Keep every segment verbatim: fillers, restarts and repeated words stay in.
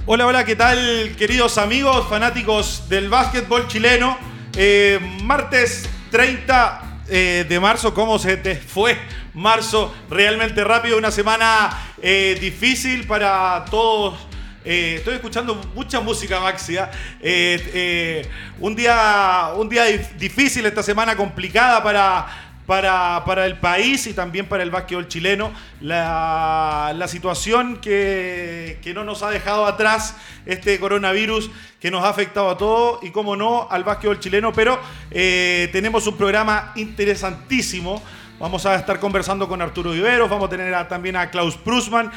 Hola, hola, ¿qué tal, queridos amigos, fanáticos del básquetbol chileno? Eh, martes treinta eh, de marzo, ¿cómo se te fue? Marzo realmente rápido, una semana eh, difícil para todos. Eh, estoy escuchando mucha música, Maxi. ¿eh? Eh, eh, un día, un día difícil, esta semana complicada para, para, para el país y también para el básquetbol chileno. La, la situación que, que no nos ha dejado atrás, este coronavirus que nos ha afectado a todos y, como no, al básquetbol chileno. Pero eh, tenemos un programa interesantísimo. Vamos a estar conversando con Arturo Viveros, vamos a tener a, también a Klaus Prusman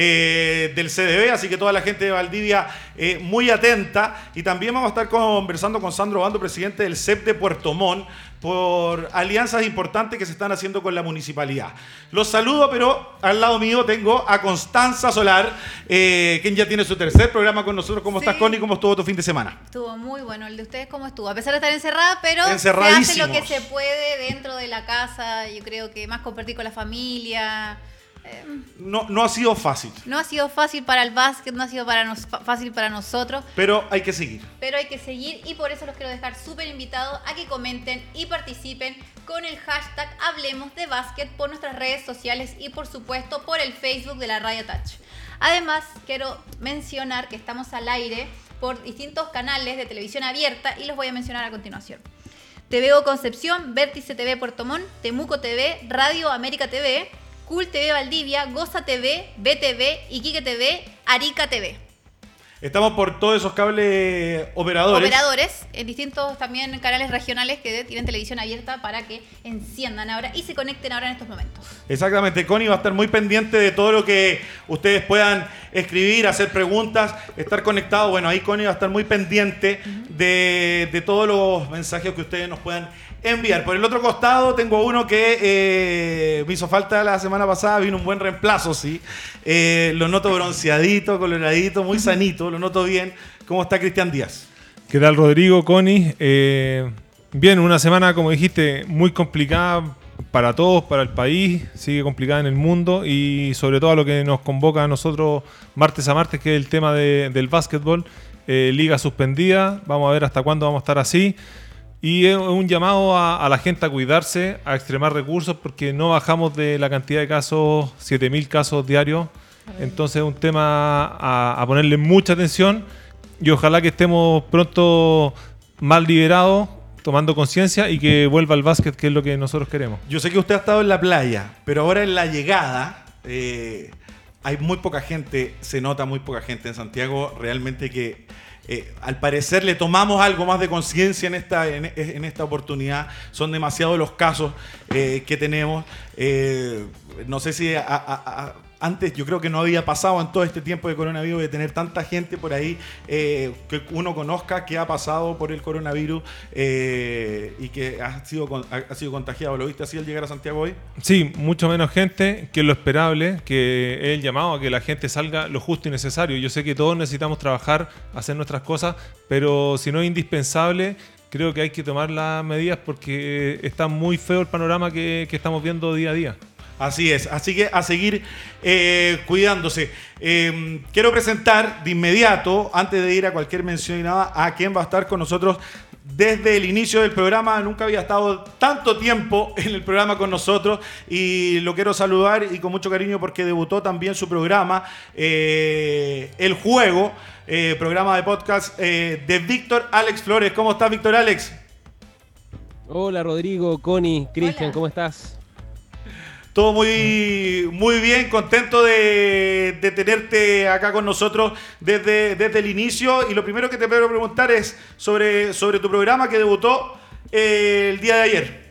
eh, del C D B, así que toda la gente de Valdivia eh, muy atenta. Y también vamos a estar conversando con Sandro Bando, presidente del C E P de Puerto Montt, por alianzas importantes que se están haciendo con la municipalidad. Los saludo, pero al lado mío tengo a Constanza Solar, eh, quien ya tiene su tercer programa con nosotros. ¿Cómo sí. estás, Connie? ¿Cómo estuvo tu fin de semana? Estuvo muy bueno. ¿El de ustedes cómo estuvo? A pesar de estar encerrada, pero se hace lo que se puede dentro de la casa. Yo creo que más compartir con la familia. Eh, no, no ha sido fácil. No ha sido fácil para el básquet, no ha sido para nos, fácil para nosotros. Pero hay que seguir. Pero hay que seguir y por eso los quiero dejar súper invitados a que comenten y participen con el hashtag Hablemos de Básquet por nuestras redes sociales y por supuesto por el Facebook de la Radio Touch. Además, quiero mencionar que estamos al aire por distintos canales de televisión abierta y los voy a mencionar a continuación. T V O Concepción, Vértice T V Puerto Montt, Temuco T V, Radio América T V, Cool T V Valdivia, Goza T V, B T V, Iquique T V, Arica T V. Estamos por todos esos cables operadores. Operadores, en distintos también canales regionales que tienen televisión abierta para que enciendan ahora y se conecten ahora en estos momentos. Exactamente, Connie va a estar muy pendiente de todo lo que ustedes puedan escribir, hacer preguntas, estar conectado. Bueno, ahí Connie va a estar muy pendiente uh-huh. de, de todos los mensajes que ustedes nos puedan enviar. Por el otro costado tengo uno que eh, me hizo falta la semana pasada, vino un buen reemplazo, sí. Eh, lo noto bronceadito, coloradito, muy sanito, lo noto bien. ¿Cómo está Cristian Díaz? ¿Qué tal, Rodrigo, Connie? Eh, bien, una semana, como dijiste, muy complicada para todos, para el país, sigue complicada en el mundo y sobre todo a lo que nos convoca a nosotros martes a martes, que es el tema de, del básquetbol. Eh, liga suspendida, vamos a ver hasta cuándo vamos a estar así. Y es un llamado a, a la gente a cuidarse, a extremar recursos, porque no bajamos de la cantidad de casos, siete mil casos diarios. Entonces es un tema a, a ponerle mucha atención y ojalá que estemos pronto más liberados, tomando conciencia y que vuelva el básquet, que es lo que nosotros queremos. Yo sé que usted ha estado en la playa, pero ahora en la llegada eh, hay muy poca gente, se nota muy poca gente en Santiago, realmente que... Eh, al parecer le tomamos algo más de conciencia en esta, en, en esta oportunidad. Son demasiados los casos eh, que tenemos. Eh, no sé si a, a, a, antes yo creo que no había pasado en todo este tiempo de coronavirus de tener tanta gente por ahí eh, que uno conozca que ha pasado por el coronavirus eh, y que ha sido, ha sido contagiado. ¿Lo viste así al llegar a Santiago hoy? Sí, mucho menos gente, que es lo esperable, que es el llamado a que la gente salga lo justo y necesario. Yo sé que todos necesitamos trabajar, hacer nuestras cosas, pero si no es indispensable, creo que hay que tomar las medidas porque está muy feo el panorama que, que estamos viendo día a día. Así es, así que a seguir eh, cuidándose. Eh, quiero presentar de inmediato, antes de ir a cualquier mención y nada, a quien va a estar con nosotros desde el inicio del programa. Nunca había estado tanto tiempo en el programa con nosotros y lo quiero saludar y con mucho cariño porque debutó también su programa, eh, El Juego, eh, programa de podcast eh, de Víctor Alex Flores. ¿Cómo estás, Víctor Alex? Hola, Rodrigo, Connie, Cristian, ¿cómo estás? Todo muy, muy bien, contento de, de tenerte acá con nosotros desde, desde el inicio. Y lo primero que te quiero preguntar es sobre, sobre tu programa que debutó eh, el día de ayer.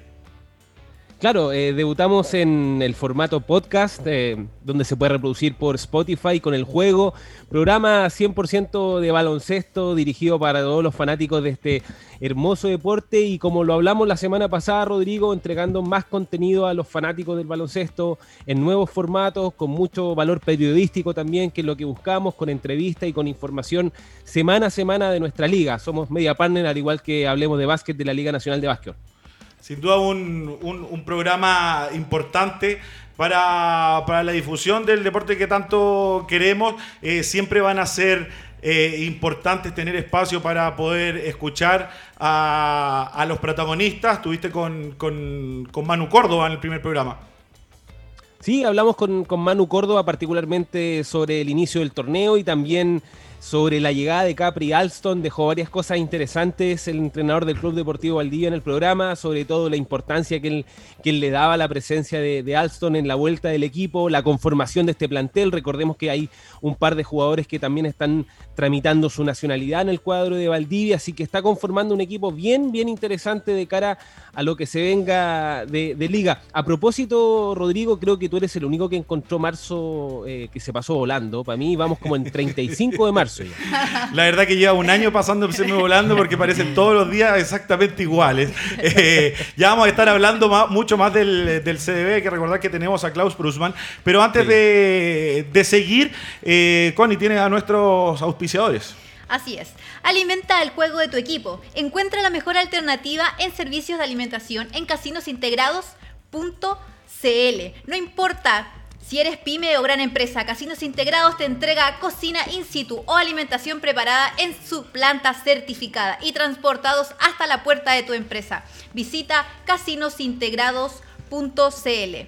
Claro, eh, debutamos en el formato podcast, eh, donde se puede reproducir por Spotify con El Juego, programa cien por ciento de baloncesto dirigido para todos los fanáticos de este hermoso deporte y como lo hablamos la semana pasada, Rodrigo, entregando más contenido a los fanáticos del baloncesto en nuevos formatos, con mucho valor periodístico también, que es lo que buscamos, con entrevistas y con información semana a semana de nuestra liga. Somos media partner, al igual que Hablemos de Básquet de la Liga Nacional de Básquet. Sin duda un, un, un programa importante para, para la difusión del deporte que tanto queremos. Eh, siempre van a ser eh, importante es tener espacio para poder escuchar a, a los protagonistas. Estuviste con, con, con Manu Córdoba en el primer programa. Sí, hablamos con, con Manu Córdoba particularmente sobre el inicio del torneo y también sobre la llegada de Capri Alston. Dejó varias cosas interesantes el entrenador del Club Deportivo Valdivia en el programa, sobre todo la importancia que él, que él le daba a la presencia de, de Alston en la vuelta del equipo, la conformación de este plantel. Recordemos que hay un par de jugadores que también están tramitando su nacionalidad en el cuadro de Valdivia, así que está conformando un equipo bien, bien interesante de cara a lo que se venga de, de liga. A propósito, Rodrigo, creo que tú eres el único que encontró marzo eh, que se pasó volando. Para mí vamos como en treinta y cinco de marzo ya. La verdad que lleva un año pasándose volando porque parecen todos los días exactamente iguales. Eh, ya vamos a estar hablando más, mucho más del, del C D B. Hay que recordar que tenemos a Klaus Prusman. Pero antes sí. de, de seguir, eh, Connie, tiene a nuestros auspiciadores. Así es. Alimenta el juego de tu equipo. Encuentra la mejor alternativa en servicios de alimentación en casinos integrados punto c l. No importa si eres pyme o gran empresa, Casinos Integrados te entrega cocina in situ o alimentación preparada en su planta certificada y transportados hasta la puerta de tu empresa. Visita casinos integrados punto c l.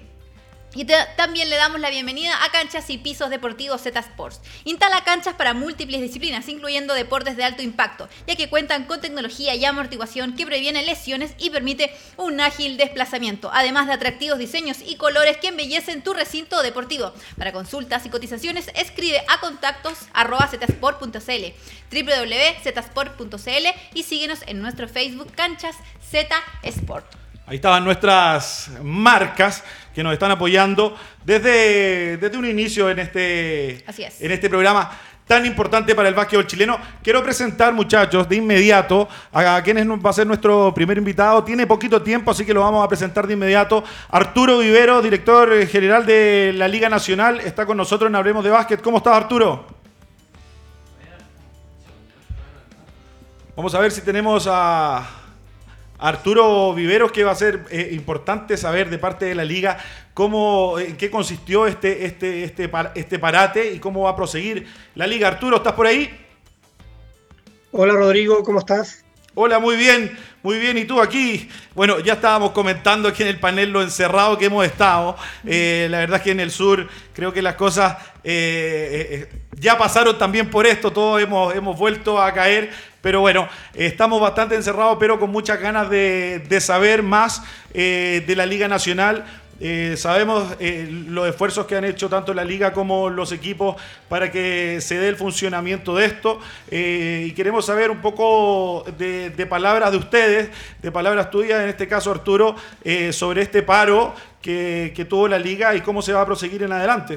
Y te, también le damos la bienvenida a Canchas y Pisos Deportivos Z Sports. Instala canchas para múltiples disciplinas, incluyendo deportes de alto impacto, ya que cuentan con tecnología y amortiguación que previene lesiones y permite un ágil desplazamiento, además de atractivos diseños y colores que embellecen tu recinto deportivo. Para consultas y cotizaciones, escribe a contactos arroba zsport punto c l, doble u doble u doble u punto z sport punto c l y síguenos en nuestro Facebook Canchas Z Sport. Ahí estaban nuestras marcas que nos están apoyando desde, desde un inicio en este, Así es. en este programa tan importante para el básquetbol chileno. Quiero presentar, muchachos, de inmediato a quien va a ser nuestro primer invitado. Tiene poquito tiempo, así que lo vamos a presentar de inmediato. Arturo Vivero, director general de la Liga Nacional, está con nosotros en Hablemos de Básquet. ¿Cómo estás, Arturo? Vamos a ver si tenemos a Arturo Viveros, que va a ser eh, importante saber de parte de la liga cómo, en qué consistió este, este, este, este parate y cómo va a proseguir la liga. Arturo, ¿estás por ahí? Hola, Rodrigo, ¿cómo estás? Hola, muy bien, muy bien. ¿Y tú aquí? Bueno, ya estábamos comentando aquí en el panel lo encerrado que hemos estado. Eh, la verdad es que en el sur creo que las cosas eh, eh, ya pasaron también por esto. Todos hemos, hemos vuelto a caer. Pero bueno, eh, estamos bastante encerrados, pero con muchas ganas de, de saber más eh, de la Liga Nacional. Eh, sabemos eh, los esfuerzos que han hecho tanto la liga como los equipos para que se dé el funcionamiento de esto, eh, y queremos saber un poco de, de palabras de ustedes, de palabras tuyas, en este caso Arturo, eh, sobre este paro que, que tuvo la liga y cómo se va a proseguir en adelante.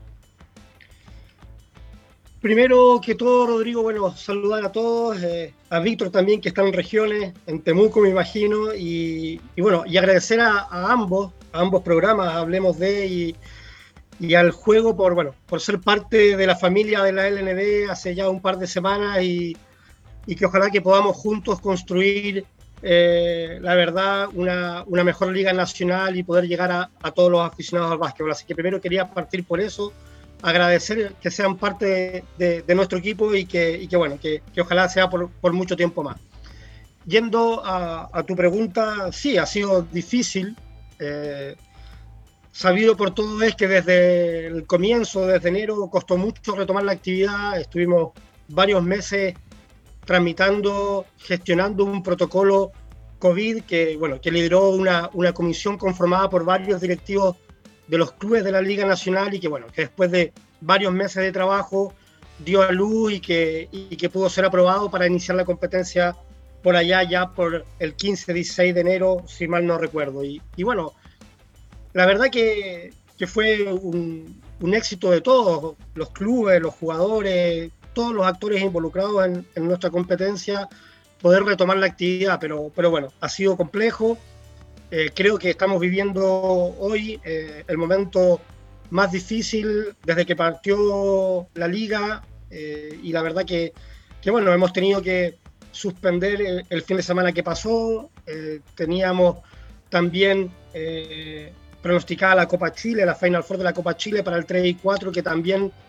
Primero que todo, Rodrigo, bueno, saludar a todos, eh, a Víctor también, que está en regiones, en Temuco, me imagino, y, y bueno, y agradecer a, a ambos, a ambos programas, Hablemos de, y, y al juego por, bueno, por ser parte de la familia de la L N B hace ya un par de semanas, y, y que ojalá que podamos juntos construir, eh, la verdad, una, una mejor liga nacional y poder llegar a, a todos los aficionados al básquetbol. Así que primero quería partir por eso, agradecer que sean parte de, de, de nuestro equipo y que, y que bueno, que, que ojalá sea por, por mucho tiempo más. Yendo a, a tu pregunta, sí, ha sido difícil. Eh, sabido por todo es que desde el comienzo, desde enero, costó mucho retomar la actividad. Estuvimos varios meses tramitando, gestionando un protocolo COVID que, bueno, que lideró una, una comisión conformada por varios directivos de los clubes de la Liga Nacional y que, bueno, que después de varios meses de trabajo dio a luz y que, y que pudo ser aprobado para iniciar la competencia por allá ya por el quince dieciséis de enero, si mal no recuerdo. Y, y bueno, la verdad que, que fue un, un éxito de todos, los clubes, los jugadores, todos los actores involucrados en, en nuestra competencia, poder retomar la actividad, pero, pero bueno, ha sido complejo. Eh, creo que estamos viviendo hoy eh, el momento más difícil desde que partió la liga, eh, y la verdad que, que bueno, hemos tenido que suspender el, el fin de semana que pasó. Eh, teníamos también eh, pronosticada la Copa Chile, la Final Four de la Copa Chile para el tres y cuatro, que también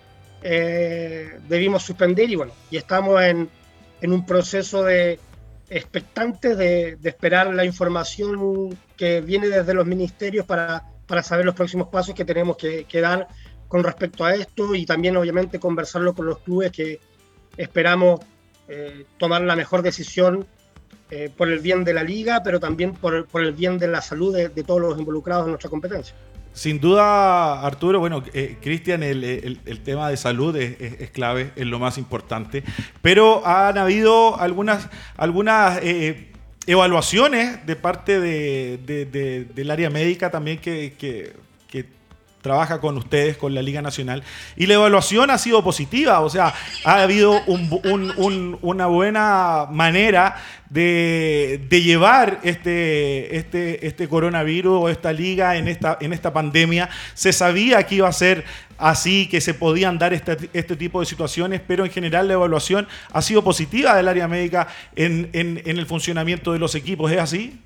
eh, debimos suspender y bueno, y estamos en, en un proceso de expectantes de, de esperar la información que viene desde los ministerios para, para saber los próximos pasos que tenemos que, que dar con respecto a esto y también obviamente conversarlo con los clubes que esperamos eh, tomar la mejor decisión eh, por el bien de la liga, pero también por, por el bien de la salud de, de todos los involucrados en nuestra competencia. Sin duda, Arturo, bueno, eh, Cristian, el, el, el tema de salud es, es, es clave, es lo más importante, pero han habido algunas, algunas eh, evaluaciones de parte de, de, de, del área médica también que, que, que trabaja con ustedes, con la Liga Nacional, y la evaluación ha sido positiva, o sea, ha habido un, un, un, una buena manera de, de llevar este, este, este coronavirus o esta liga en esta, en esta pandemia. Se sabía que iba a ser así, que se podían dar este, este tipo de situaciones, pero en general la evaluación ha sido positiva del área médica en, en, en el funcionamiento de los equipos, ¿es así?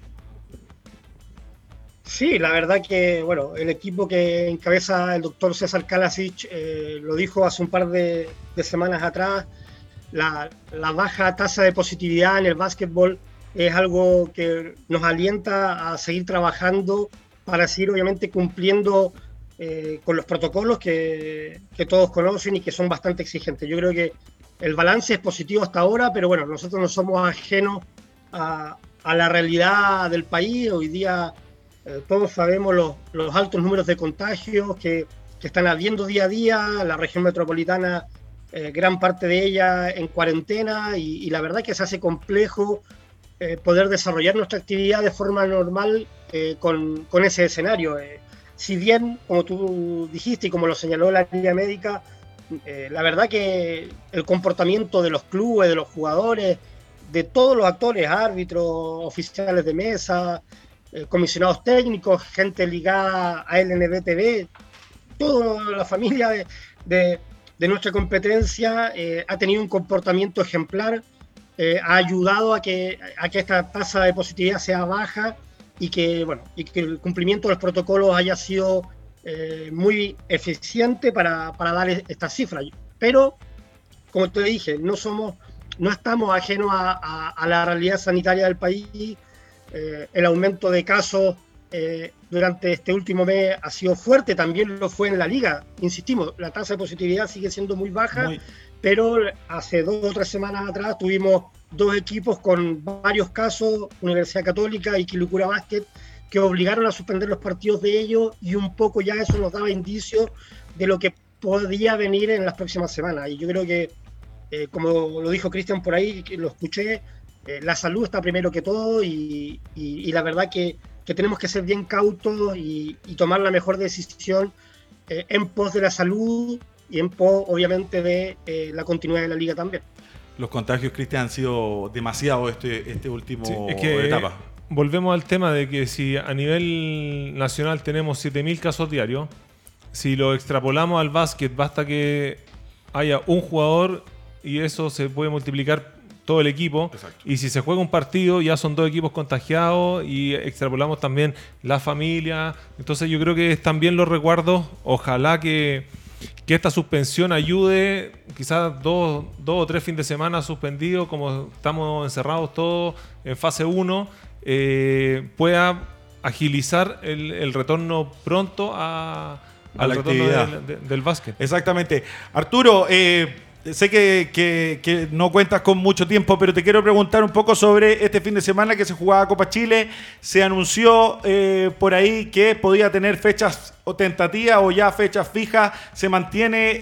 Sí, la verdad que, bueno, el equipo que encabeza el doctor César Kalasic eh, lo dijo hace un par de, de semanas atrás, la, la baja tasa de positividad en el básquetbol es algo que nos alienta a seguir trabajando para seguir obviamente cumpliendo eh, con los protocolos que, que todos conocen y que son bastante exigentes. Yo creo que el balance es positivo hasta ahora, pero bueno, nosotros no somos ajenos a, a la realidad del país. Hoy día Eh, todos sabemos los, los altos números de contagios que, que están habiendo día a día, la región metropolitana, eh, gran parte de ella en cuarentena, y, y la verdad que se hace complejo eh, poder desarrollar nuestra actividad de forma normal eh, con, con ese escenario. Eh, si bien, como tú dijiste y como lo señaló la área médica, eh, la verdad que el comportamiento de los clubes, de los jugadores, de todos los actores, árbitros, oficiales de mesa, Eh, comisionados técnicos, gente ligada a L N B T V, toda la familia de, de, de nuestra competencia eh, ha tenido un comportamiento ejemplar, eh, ha ayudado a que, a que esta tasa de positividad sea baja y que, bueno, y que el cumplimiento de los protocolos haya sido eh, muy eficiente para, para dar estas cifras. Pero, como te dije, no, somos, no estamos ajenos a, a, a la realidad sanitaria del país. Eh, el aumento de casos eh, durante este último mes ha sido fuerte, también lo fue en la liga. Insistimos, la tasa de positividad sigue siendo muy baja, muy... pero hace dos o tres semanas atrás tuvimos dos equipos con varios casos, Universidad Católica y Quilicura Basket, que obligaron a suspender los partidos de ellos, y un poco ya eso nos daba indicios de lo que podía venir en las próximas semanas. Y yo creo que, eh, como lo dijo Cristian por ahí, que lo escuché, Eh, la salud está primero que todo y, y, y la verdad que, que tenemos que ser bien cautos y, y tomar la mejor decisión eh, en pos de la salud y en pos, obviamente, de eh, la continuidad de la liga también. Los contagios, Cristian, han sido demasiado este, este último sí, es que, etapa. Volvemos al tema de que si a nivel nacional tenemos siete mil casos diarios, si lo extrapolamos al básquet, basta que haya un jugador y eso se puede multiplicar todo el equipo. Exacto. Y si se juega un partido ya son dos equipos contagiados y extrapolamos también la familia. Entonces yo creo que están bien los recuerdos. Ojalá que, que esta suspensión ayude, quizás dos, dos o tres fines de semana suspendidos, como estamos encerrados todos en fase uno, eh, pueda agilizar el, el retorno pronto a, a al la retorno actividad del, del, del básquet. Exactamente. Arturo, eh, sé que, que, que no cuentas con mucho tiempo, pero te quiero preguntar un poco sobre este fin de semana que se jugaba Copa Chile. Se anunció eh, por ahí que podía tener fechas o tentativas o ya fechas fijas. Se mantiene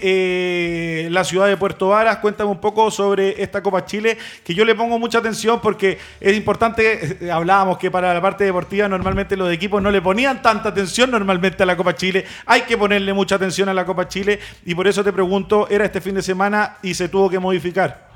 eh, la ciudad de Puerto Varas. Cuéntame un poco sobre esta Copa Chile, que yo le pongo mucha atención porque es importante. Eh, hablábamos que para la parte deportiva normalmente los equipos no le ponían tanta atención normalmente a la Copa Chile. Hay que ponerle mucha atención a la Copa Chile y por eso te pregunto, ¿era este fin de semana y se tuvo que modificar?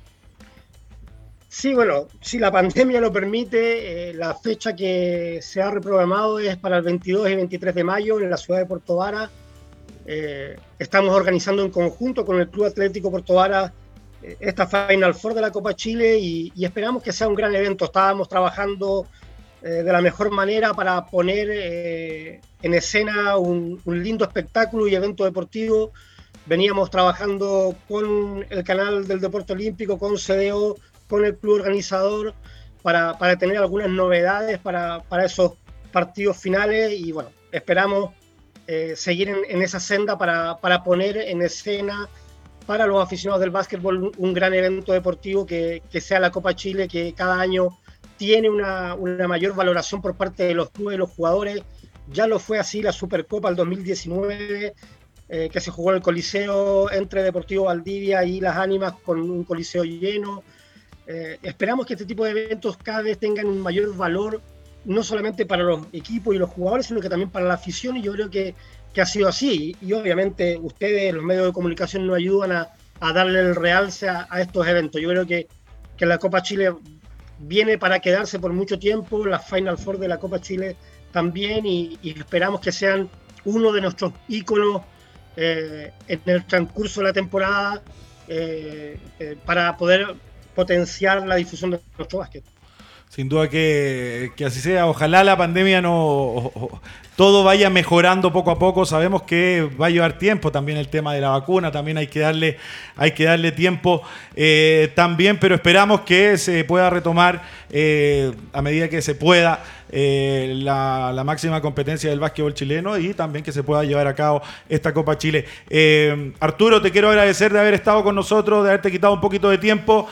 Sí, bueno, si la pandemia lo permite, eh, la fecha que se ha reprogramado es para el veintidós y veintitrés de mayo en la ciudad de Puerto Varas. Eh, estamos organizando en conjunto con el Club Atlético Puerto Varas eh, esta Final Four de la Copa Chile y, y esperamos que sea un gran evento. Estábamos trabajando eh, de la mejor manera para poner eh, en escena un, un lindo espectáculo y evento deportivo veníamos trabajando con el canal del Deporte Olímpico, con C D O, con el club organizador, para, para tener algunas novedades para, para esos partidos finales y bueno, esperamos eh, seguir en, en esa senda para, para poner en escena para los aficionados del básquetbol un, un gran evento deportivo que, que sea la Copa Chile, que cada año tiene una, una mayor valoración por parte de los clubes y los jugadores. Ya lo fue así la Supercopa el dos mil diecinueve, eh, que se jugó en el Coliseo entre Deportivo Valdivia y Las Ánimas con un coliseo lleno. Eh, esperamos que este tipo de eventos cada vez tengan un mayor valor, no solamente para los equipos y los jugadores, sino que también para la afición, y yo creo que, que ha sido así. Y, y obviamente ustedes, los medios de comunicación, nos ayudan a, a darle el realce a, a estos eventos. Yo creo que, que la Copa Chile viene para quedarse por mucho tiempo, la Final Four de la Copa Chile también, y, y esperamos que sean uno de nuestros íconos eh, en el transcurso de la temporada eh, eh, para poder potenciar la difusión de nuestro básquet. Sin duda que, que así sea. Ojalá la pandemia no... todo vaya mejorando poco a poco. Sabemos que va a llevar tiempo también el tema de la vacuna. También hay que darle, hay que darle tiempo eh, también, pero esperamos que se pueda retomar eh, a medida que se pueda eh, la, la máxima competencia del básquetbol chileno y también que se pueda llevar a cabo esta Copa Chile. Eh, Arturo, te quiero agradecer de haber estado con nosotros, de haberte quitado un poquito de tiempo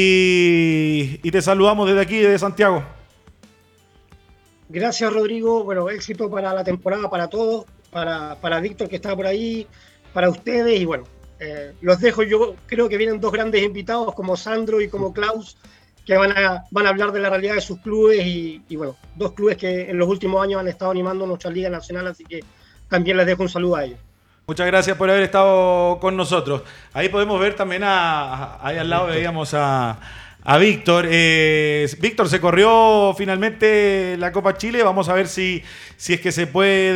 y, y te saludamos desde aquí, desde Santiago. Gracias, Rodrigo. Bueno, éxito para la temporada, para todos, para, para Víctor que está por ahí, para ustedes. Y bueno, eh, los dejo. Yo creo que vienen dos grandes invitados como Sandro y como Klaus, que van a, van a hablar de la realidad de sus clubes. Y, y bueno, dos clubes que en los últimos años han estado animando nuestra Liga Nacional, así que también les dejo un saludo a ellos. Muchas gracias por haber estado con nosotros. Ahí podemos ver también, a, a ahí al lado veíamos a... A Víctor. Eh, Víctor, se corrió finalmente la Copa Chile. Vamos a ver si, si es que se puede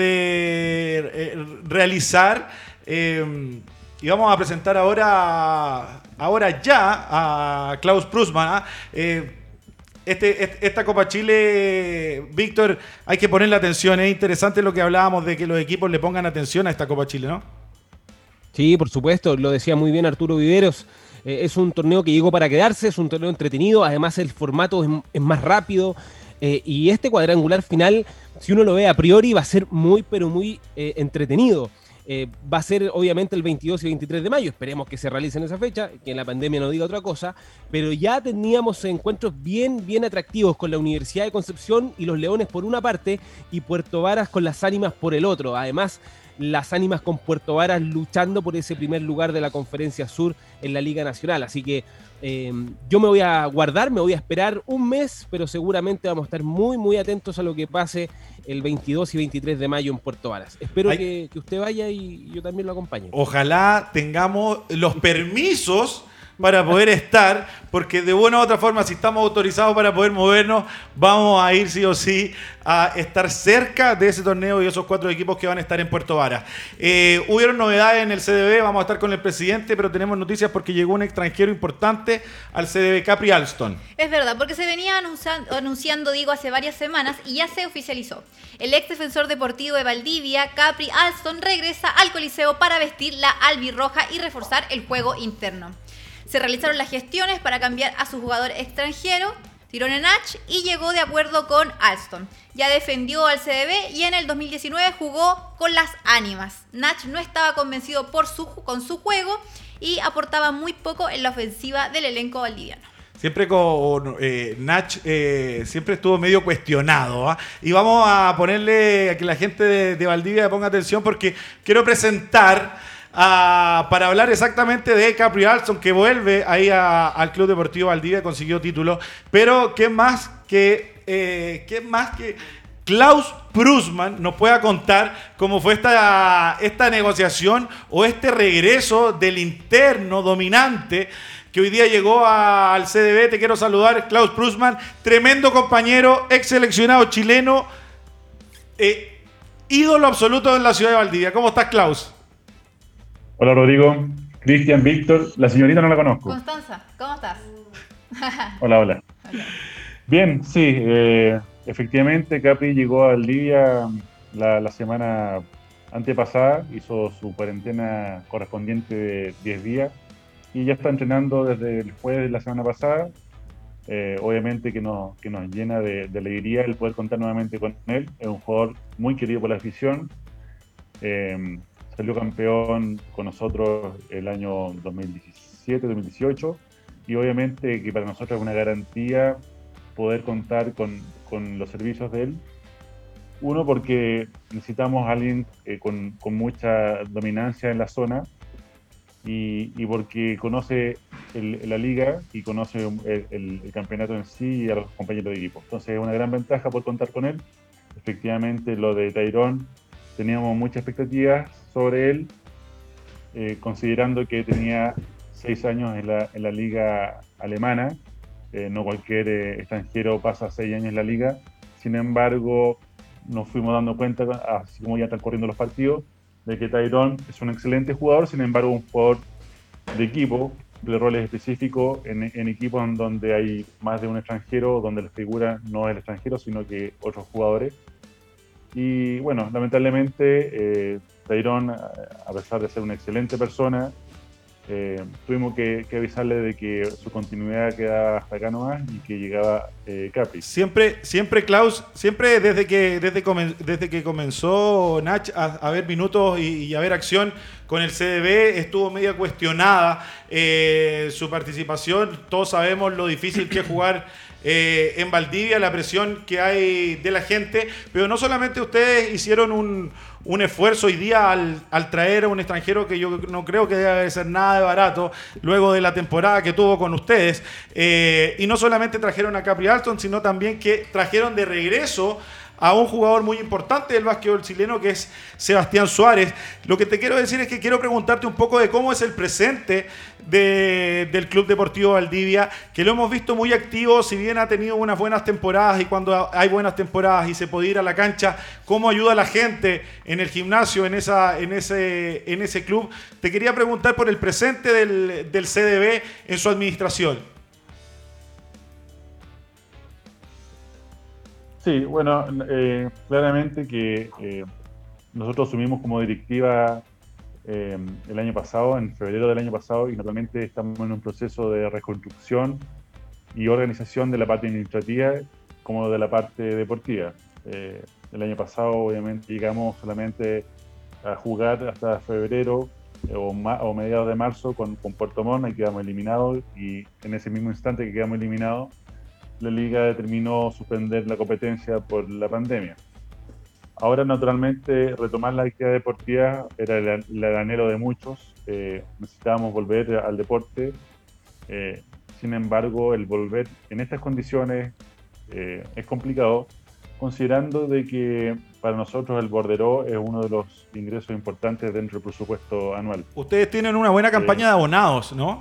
eh, realizar. Eh, y vamos a presentar ahora, ahora ya a Klaus Prusman. ¿eh? Este, este, esta Copa Chile, Víctor, hay que ponerle atención. Es interesante lo que hablábamos de que los equipos le pongan atención a esta Copa Chile, ¿no? Sí, por supuesto. Lo decía muy bien Arturo Viveros. Es un torneo que llegó para quedarse, es un torneo entretenido, además el formato es, es más rápido eh, y este cuadrangular final, si uno lo ve a priori, va a ser muy, pero muy eh, entretenido. Eh, va a ser obviamente el veintidós y veintitrés de mayo, esperemos que se realice en esa fecha, que la pandemia no diga otra cosa, pero ya teníamos encuentros bien, bien atractivos con la Universidad de Concepción y los Leones por una parte y Puerto Varas con las Ánimas por el otro. Además, las Ánimas con Puerto Varas luchando por ese primer lugar de la Conferencia Sur en la Liga Nacional. Así que eh, yo me voy a guardar, me voy a esperar un mes, pero seguramente vamos a estar muy, muy atentos a lo que pase el veintidós y veintitrés de mayo en Puerto Varas. Espero que, que usted vaya y yo también lo acompañe. Ojalá tengamos los permisos para poder estar, porque de una u otra forma, si estamos autorizados para poder movernos, vamos a ir sí o sí a estar cerca de ese torneo y esos cuatro equipos que van a estar en Puerto Varas. Eh, hubieron novedades en el C D B, vamos a estar con el presidente, pero tenemos noticias porque llegó un extranjero importante al C D B, Capri Alston. Es verdad, porque se venía anunciando, anunciando, digo, hace varias semanas y ya se oficializó. El ex defensor deportivo de Valdivia, Capri Alston, regresa al Coliseo para vestir la albirroja y reforzar el juego interno. Se realizaron las gestiones para cambiar a su jugador extranjero, Tyrone Natch, y llegó de acuerdo con Alston. Ya defendió al C D B y en el dos mil diecinueve jugó con las Ánimas. Natch no estaba convencido por su, con su juego y aportaba muy poco en la ofensiva del elenco valdiviano. Siempre con eh, Natch eh, siempre estuvo medio cuestionado, ¿eh? Y vamos a ponerle a que la gente de, de Valdivia ponga atención porque quiero presentar Uh, para hablar exactamente de Capri Alston, que vuelve ahí a, al Club Deportivo Valdivia, consiguió título, pero qué más que eh, qué más que Klaus Prusman nos pueda contar cómo fue esta, esta negociación o este regreso del interno dominante que hoy día llegó a, al C D B. Te quiero saludar, Klaus Prusman, tremendo compañero, ex seleccionado chileno, eh, ídolo absoluto en la ciudad de Valdivia. ¿Cómo estás, Klaus? Hola Rodrigo, Cristian, Víctor, la señorita no la conozco. Constanza, ¿cómo estás? Hola, hola. Bien, sí, eh, efectivamente Capri llegó a Valdivia la, la semana antepasada, hizo su cuarentena correspondiente de diez días y ya está entrenando desde el jueves de la semana pasada. Eh, obviamente que nos, que nos llena de, de alegría el poder contar nuevamente con él. Es un jugador muy querido por la afición. Eh, salió campeón con nosotros el año dos mil diecisiete, dos mil dieciocho, y obviamente que para nosotros es una garantía poder contar con, con los servicios de él. Uno, porque necesitamos a alguien eh, con, con mucha dominancia en la zona, y, y porque conoce el, la liga y conoce el, el, el campeonato en sí y a los compañeros de equipo. Entonces es una gran ventaja por contar con él. Efectivamente, lo de Tyrone, teníamos muchas expectativas sobre él, eh, considerando que tenía seis años en la, en la liga alemana. Eh, no cualquier eh, extranjero pasa seis años en la liga. Sin embargo, nos fuimos dando cuenta, así como ya están corriendo los partidos, de que Tyrone es un excelente jugador. Sin embargo, un jugador de equipo, de roles específicos, en, en equipos en donde hay más de un extranjero, donde la figura no es el extranjero, sino que otros jugadores. Y bueno, lamentablemente, eh, Tyrone, a pesar de ser una excelente persona, eh, tuvimos que, que avisarle de que su continuidad quedaba hasta acá nomás y que llegaba eh, Capi. Siempre, siempre Klaus, siempre desde que, desde, comen, desde que comenzó Nach a, a ver minutos y, y a ver acción con el C D B, estuvo media cuestionada eh, su participación. Todos sabemos lo difícil que es jugar eh, en Valdivia, la presión que hay de la gente, pero no solamente ustedes hicieron un, un esfuerzo hoy día al, al traer a un extranjero que yo no creo que debe ser nada de barato, luego de la temporada que tuvo con ustedes, eh, y no solamente trajeron a Capri Alston, sino también que trajeron de regreso a un jugador muy importante del básquetbol chileno, que es Sebastián Suárez. Lo que te quiero decir es que quiero preguntarte un poco de cómo es el presente de, del Club Deportivo Valdivia, que lo hemos visto muy activo, si bien ha tenido unas buenas temporadas, y cuando hay buenas temporadas y se puede ir a la cancha, cómo ayuda a la gente en el gimnasio, en, esa, en, ese, en ese club. Te quería preguntar por el presente del, del C D B en su administración. Sí, bueno, eh, claramente que eh, nosotros asumimos como directiva eh, el año pasado, en febrero del año pasado, y naturalmente estamos en un proceso de reconstrucción y organización de la parte administrativa como de la parte deportiva. Eh, el año pasado, obviamente, llegamos solamente a jugar hasta febrero eh, o, ma o mediados de marzo con, con Puerto Montt, y quedamos eliminados, y en ese mismo instante que quedamos eliminados, la liga determinó suspender la competencia por la pandemia. Ahora, naturalmente, retomar la actividad deportiva era el, el anhelo de muchos. Eh, necesitábamos volver al deporte. Eh, sin embargo, el volver en estas condiciones eh, es complicado, considerando de que para nosotros el borderó es uno de los ingresos importantes dentro del presupuesto anual. Ustedes tienen una buena campaña eh, de abonados, ¿no?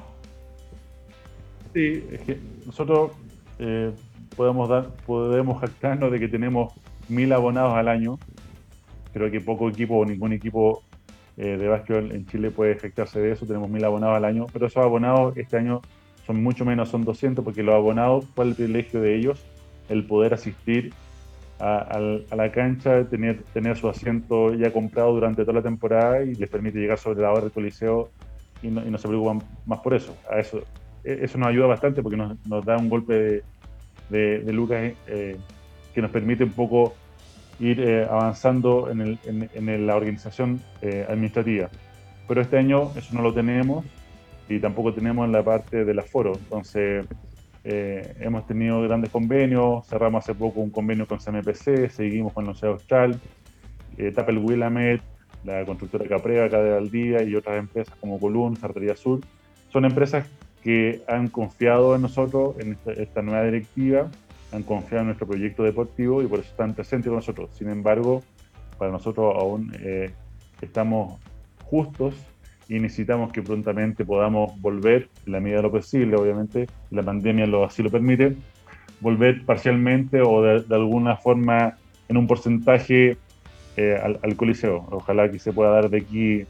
Sí, es que nosotros Eh, podemos, dar, podemos jactarnos de que tenemos mil abonados al año. Creo que poco equipo o ningún equipo eh, de básquetbol en Chile puede jactarse de eso. Tenemos mil abonados al año, pero esos abonados este año son mucho menos, son doscientos, porque los abonados, ¿cuál es el privilegio de ellos? El poder asistir a, a, a la cancha, tener, tener su asiento ya comprado durante toda la temporada, y les permite llegar sobre la hora del coliseo y no, y no se preocupan más por eso. A eso Eso nos ayuda bastante porque nos, nos da un golpe de, de, de lucas eh, que nos permite un poco ir eh, avanzando en, el, en, en la organización eh, administrativa. Pero este año eso no lo tenemos, y tampoco tenemos en la parte del aforo. Entonces eh, hemos tenido grandes convenios, cerramos hace poco un convenio con C M P C, seguimos con la Universidad Austral, eh, Tapel Willamette, la constructora Caprega acá de Valdivia, y otras empresas como Colún, Ferretería Sur. Son empresas que han confiado en nosotros, en esta, esta nueva directiva, han confiado en nuestro proyecto deportivo, y por eso están presentes con nosotros. Sin embargo, para nosotros aún eh, estamos justos y necesitamos que prontamente podamos volver, en la medida de lo posible, obviamente, la pandemia lo, así lo permite, volver parcialmente o de, de alguna forma en un porcentaje eh, al, al coliseo. Ojalá que se pueda dar de aquí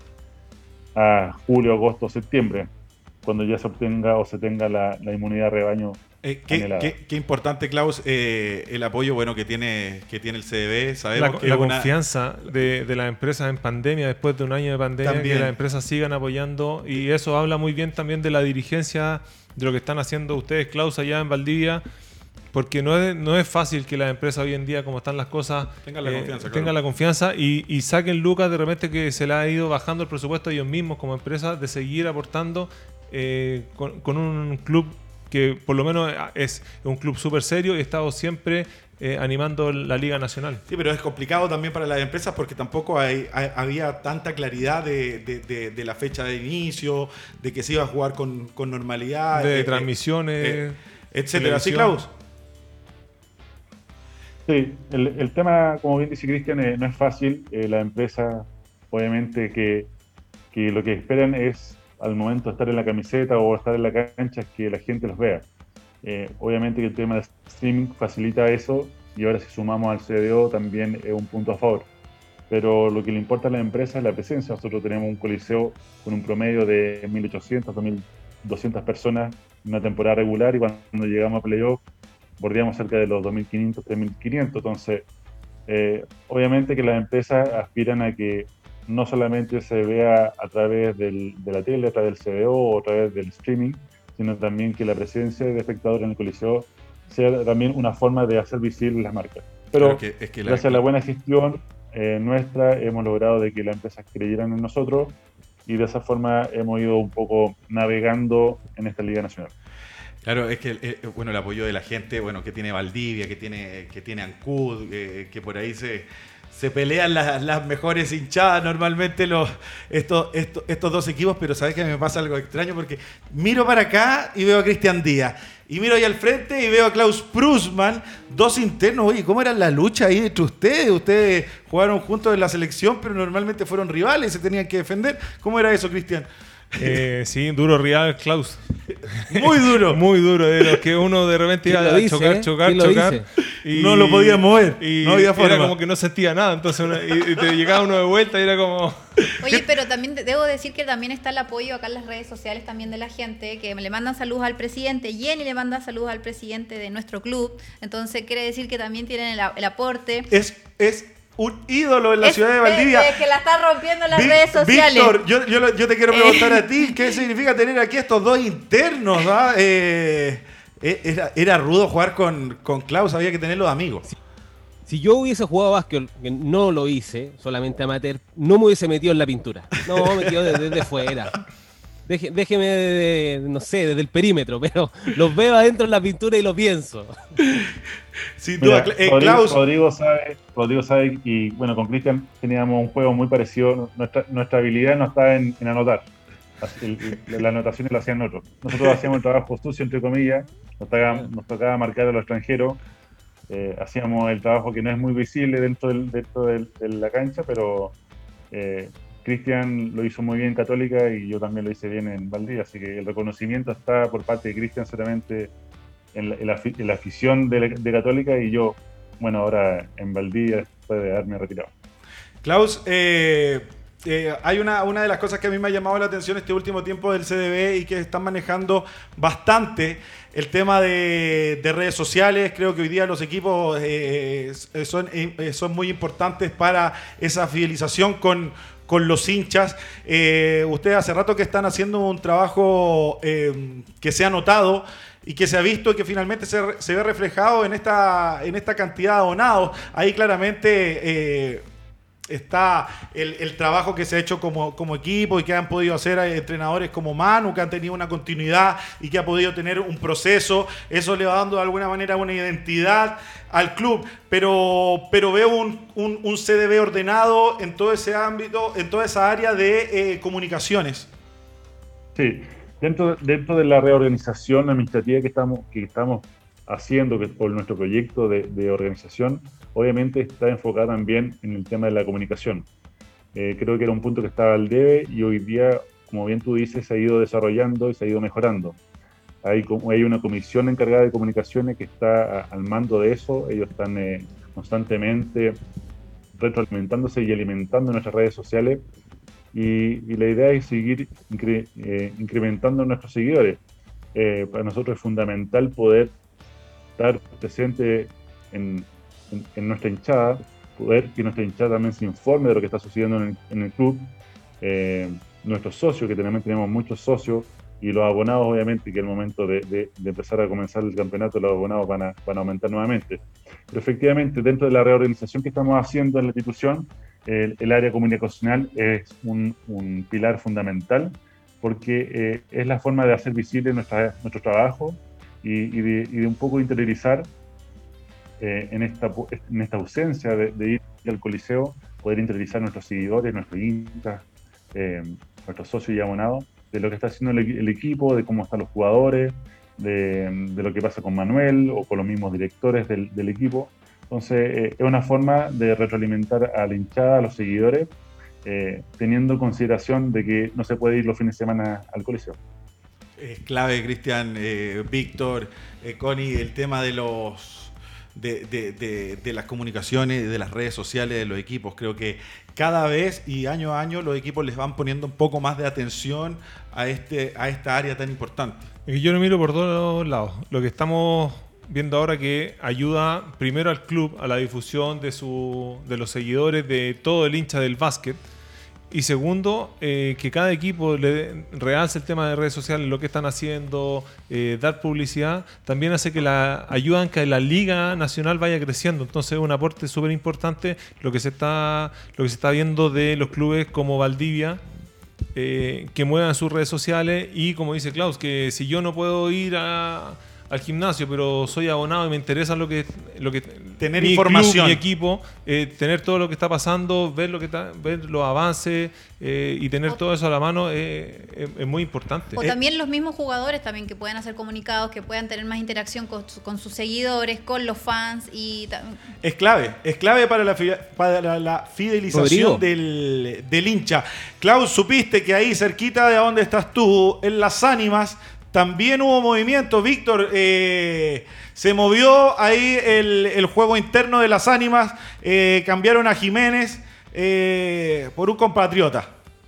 a julio, agosto, septiembre, cuando ya se obtenga o se tenga la, la inmunidad de rebaño Eh, qué, qué, qué importante, Klaus, eh, el apoyo bueno que tiene que tiene el C D B. Sabemos la, que la una... confianza de, de las empresas en pandemia, después de un año de pandemia, también. que las empresas sigan apoyando, y eso habla muy bien también de la dirigencia, de lo que están haciendo ustedes, Klaus, allá en Valdivia, porque no es, no es fácil que las empresas hoy en día, como están las cosas, tengan la eh, confianza, claro. tengan la confianza y, y saquen lucas de repente que se les ha ido bajando el presupuesto a ellos mismos como empresas, de seguir aportando eh, con, con un club que por lo menos es un club súper serio y ha estado siempre eh, animando la Liga Nacional. Sí, pero es complicado también para las empresas porque tampoco hay, hay, había tanta claridad de, de, de, de la fecha de inicio, de que se iba a jugar con, con normalidad. De eh, transmisiones, eh, etcétera. ¿Sí, Klaus? Sí, el, el tema, como bien dice Cristian, eh, no es fácil. Eh, la empresa, obviamente, que, que lo que esperan es, al momento de estar en la camiseta o estar en la cancha, es que la gente los vea. Eh, obviamente que el tema de streaming facilita eso, y ahora si sumamos al C D O también es un punto a favor. Pero lo que le importa a la empresa es la presencia. Nosotros tenemos un coliseo con un promedio de mil ochocientas, dos mil doscientas personas en una temporada regular, y cuando llegamos a playoff bordeamos cerca de los dos mil quinientos, tres mil quinientos. Entonces, eh, obviamente que las empresas aspiran a que no solamente se vea a través del, de la tele, a través del C D O o a través del streaming, sino también que la presencia de espectadores en el coliseo sea también una forma de hacer visibles las marcas. Pero claro que, es que la, gracias a la buena gestión eh, nuestra, hemos logrado de que las empresas creyeran en nosotros, y de esa forma hemos ido un poco navegando en esta Liga Nacional. Claro, es que eh, bueno, el apoyo de la gente, bueno, que tiene Valdivia, que tiene, que tiene Ancud, eh, que por ahí se, se pelean las, las mejores hinchadas normalmente los, estos, estos, estos dos equipos, pero sabes que me pasa algo extraño porque miro para acá y veo a Cristian Díaz, y miro ahí al frente y veo a Klaus Prusman, dos internos. Oye, ¿cómo era la lucha ahí entre ustedes? Ustedes jugaron juntos en la selección, pero normalmente fueron rivales y se tenían que defender. ¿Cómo era eso, Cristian? Eh, sí, duro rival, Klaus. Muy duro. Muy duro, de los que uno de repente iba a dice, chocar, eh? chocar, ¿Quién lo chocar. Y no lo podía mover. Y no había forma. Era como que no sentía nada. Entonces uno, y, y te llegaba uno de vuelta y era como... Oye, pero también debo decir que también está el apoyo acá en las redes sociales también de la gente, que le mandan saludos al presidente. Jenny le manda saludos al presidente de nuestro club. Entonces quiere decir que también tienen el, el aporte. Es... es un ídolo en la es, ciudad de Valdivia. Es, es que la está rompiendo en las Vi, redes sociales. Víctor, yo, yo, yo te quiero preguntar eh. a ti, ¿qué significa tener aquí estos dos internos? ¿Ah? Eh, era, era rudo jugar con, con Klaus, había que tenerlos amigos. Si, si yo hubiese jugado básquet, que no lo hice, solamente amateur, no me hubiese metido en la pintura. No, me quedo desde, desde fuera. Deje, déjeme, de, de, no sé, desde el perímetro, pero los veo adentro en la pintura y lo pienso. Sin duda, Mira, eh, Rodrigo, Klaus. Rodrigo sabe, Rodrigo sabe, y bueno, con Cristian teníamos un juego muy parecido. Nuestra, nuestra habilidad no está en, en anotar. El, el, las anotaciones las hacían otros. Nosotros hacíamos el trabajo sucio, entre comillas, nos tocaba, nos tocaba marcar a los extranjeros. Eh, hacíamos el trabajo que no es muy visible dentro, del, dentro del, de la cancha, pero eh, Cristian lo hizo muy bien en Católica y yo también lo hice bien en Valdivia, así que el reconocimiento está por parte de Cristian solamente en la, en, la, en la afición de, de Católica, y yo, bueno, ahora en Valdivia después de haberme retirado. Klaus, eh, eh, hay una, una de las cosas que a mí me ha llamado la atención este último tiempo del C D B y que están manejando bastante el tema de, de redes sociales. Creo que hoy día los equipos eh, son, eh, son muy importantes para esa fidelización con, con los hinchas. Eh, ustedes hace rato que están haciendo un trabajo eh, que se ha notado y que se ha visto y que finalmente se, se ve reflejado en esta, en esta cantidad de donados. Ahí claramente eh, está el, el trabajo que se ha hecho como, como equipo y que han podido hacer entrenadores como Manu, que han tenido una continuidad y que ha podido tener un proceso. Eso le va dando de alguna manera una identidad al club, pero, pero veo un, un, un C D B ordenado en todo ese ámbito, en toda esa área de eh, comunicaciones. Sí, dentro, dentro de la reorganización administrativa que estamos, que estamos haciendo, que por nuestro proyecto de, de organización, obviamente está enfocada también en el tema de la comunicación. Eh, creo que era un punto que estaba al debe y hoy día, como bien tú dices, se ha ido desarrollando y se ha ido mejorando. Hay, hay una comisión encargada de comunicaciones que está a, al mando de eso. Ellos están eh, constantemente retroalimentándose y alimentando nuestras redes sociales, y, y la idea es seguir incre, eh, incrementando nuestros seguidores. eh, para nosotros es fundamental poder estar presente en, en, en nuestra hinchada, poder que nuestra hinchada también se informe de lo que está sucediendo en el, en el club, eh, nuestros socios, que también tenemos muchos socios, y los abonados, obviamente, que el momento de, de, de empezar a comenzar el campeonato, los abonados van a, van a aumentar nuevamente. Pero efectivamente, dentro de la reorganización que estamos haciendo en la institución, el, el área comunicacional es un, un pilar fundamental, porque eh, es la forma de hacer visible nuestra, nuestro trabajo y, y, de, y de un poco interiorizar eh, en, esta, en esta ausencia de, de ir al Coliseo, poder interiorizar a nuestros seguidores, nuestros hinchas, eh, nuestros socios y abonados, de lo que está haciendo el, el equipo, de cómo están los jugadores, de, de lo que pasa con Manuel o con los mismos directores del, del equipo. Entonces, eh, es una forma de retroalimentar a la hinchada, a los seguidores, eh, teniendo en consideración de que no se puede ir los fines de semana al Coliseo. Es clave, Cristian, eh, Víctor, eh, Connie, el tema de los... De, de, de, de las comunicaciones, de las redes sociales de los equipos. Creo que cada vez y año a año los equipos les van poniendo un poco más de atención a, este, a esta área tan importante. Y yo lo miro por todos lados. Lo que estamos viendo ahora que ayuda primero al club, a la difusión de, su, de los seguidores, de todo el hincha del básquet. Y segundo, eh, que cada equipo le realce el tema de redes sociales, lo que están haciendo, eh, dar publicidad, también hace que la ayudan que la Liga Nacional vaya creciendo. Entonces es un aporte súper importante lo que se está lo que se está viendo de los clubes como Valdivia, eh, que muevan sus redes sociales y, como dice Klaus, que si yo no puedo ir a... al gimnasio, pero soy abonado y me interesa lo que, lo que tener mi información, club, mi equipo, eh, tener todo lo que está pasando, ver lo que está, ver los avances eh, y tener o, todo eso a la mano eh, es, es muy importante. O eh, también los mismos jugadores también que puedan hacer comunicados, que puedan tener más interacción con, con sus seguidores, con los fans y es clave, es clave para la, para la fidelización del, del hincha. Klaus, supiste que ahí cerquita de donde estás tú, en Las Ánimas, también hubo movimiento. Víctor, eh, se movió ahí el, el juego interno de Las Ánimas, eh, cambiaron a Jiménez eh, por un compatriota.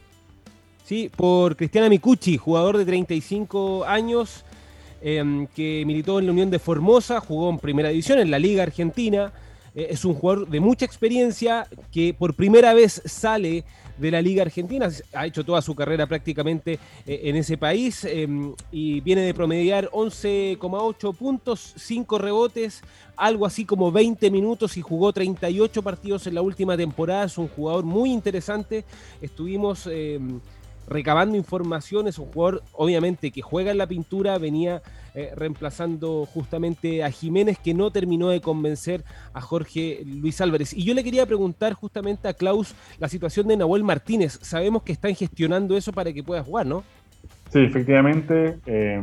Sí, por Cristiana Micucci, jugador de treinta y cinco años, eh, que militó en la Unión de Formosa, jugó en Primera División, en la Liga Argentina. Eh, es un jugador de mucha experiencia que por primera vez sale de la Liga Argentina, ha hecho toda su carrera prácticamente eh, en ese país eh, y viene de promediar once coma ocho puntos, cinco rebotes, algo así como veinte minutos y jugó treinta y ocho partidos en la última temporada. Es un jugador muy interesante. Estuvimos eh, recabando información, es un jugador obviamente que juega en la pintura, venía eh, reemplazando justamente a Jiménez, que no terminó de convencer a Jorge Luis Álvarez. Y yo le quería preguntar justamente a Klaus la situación de Nahuel Martínez. Sabemos que están gestionando eso para que pueda jugar, ¿no? Sí, efectivamente, eh,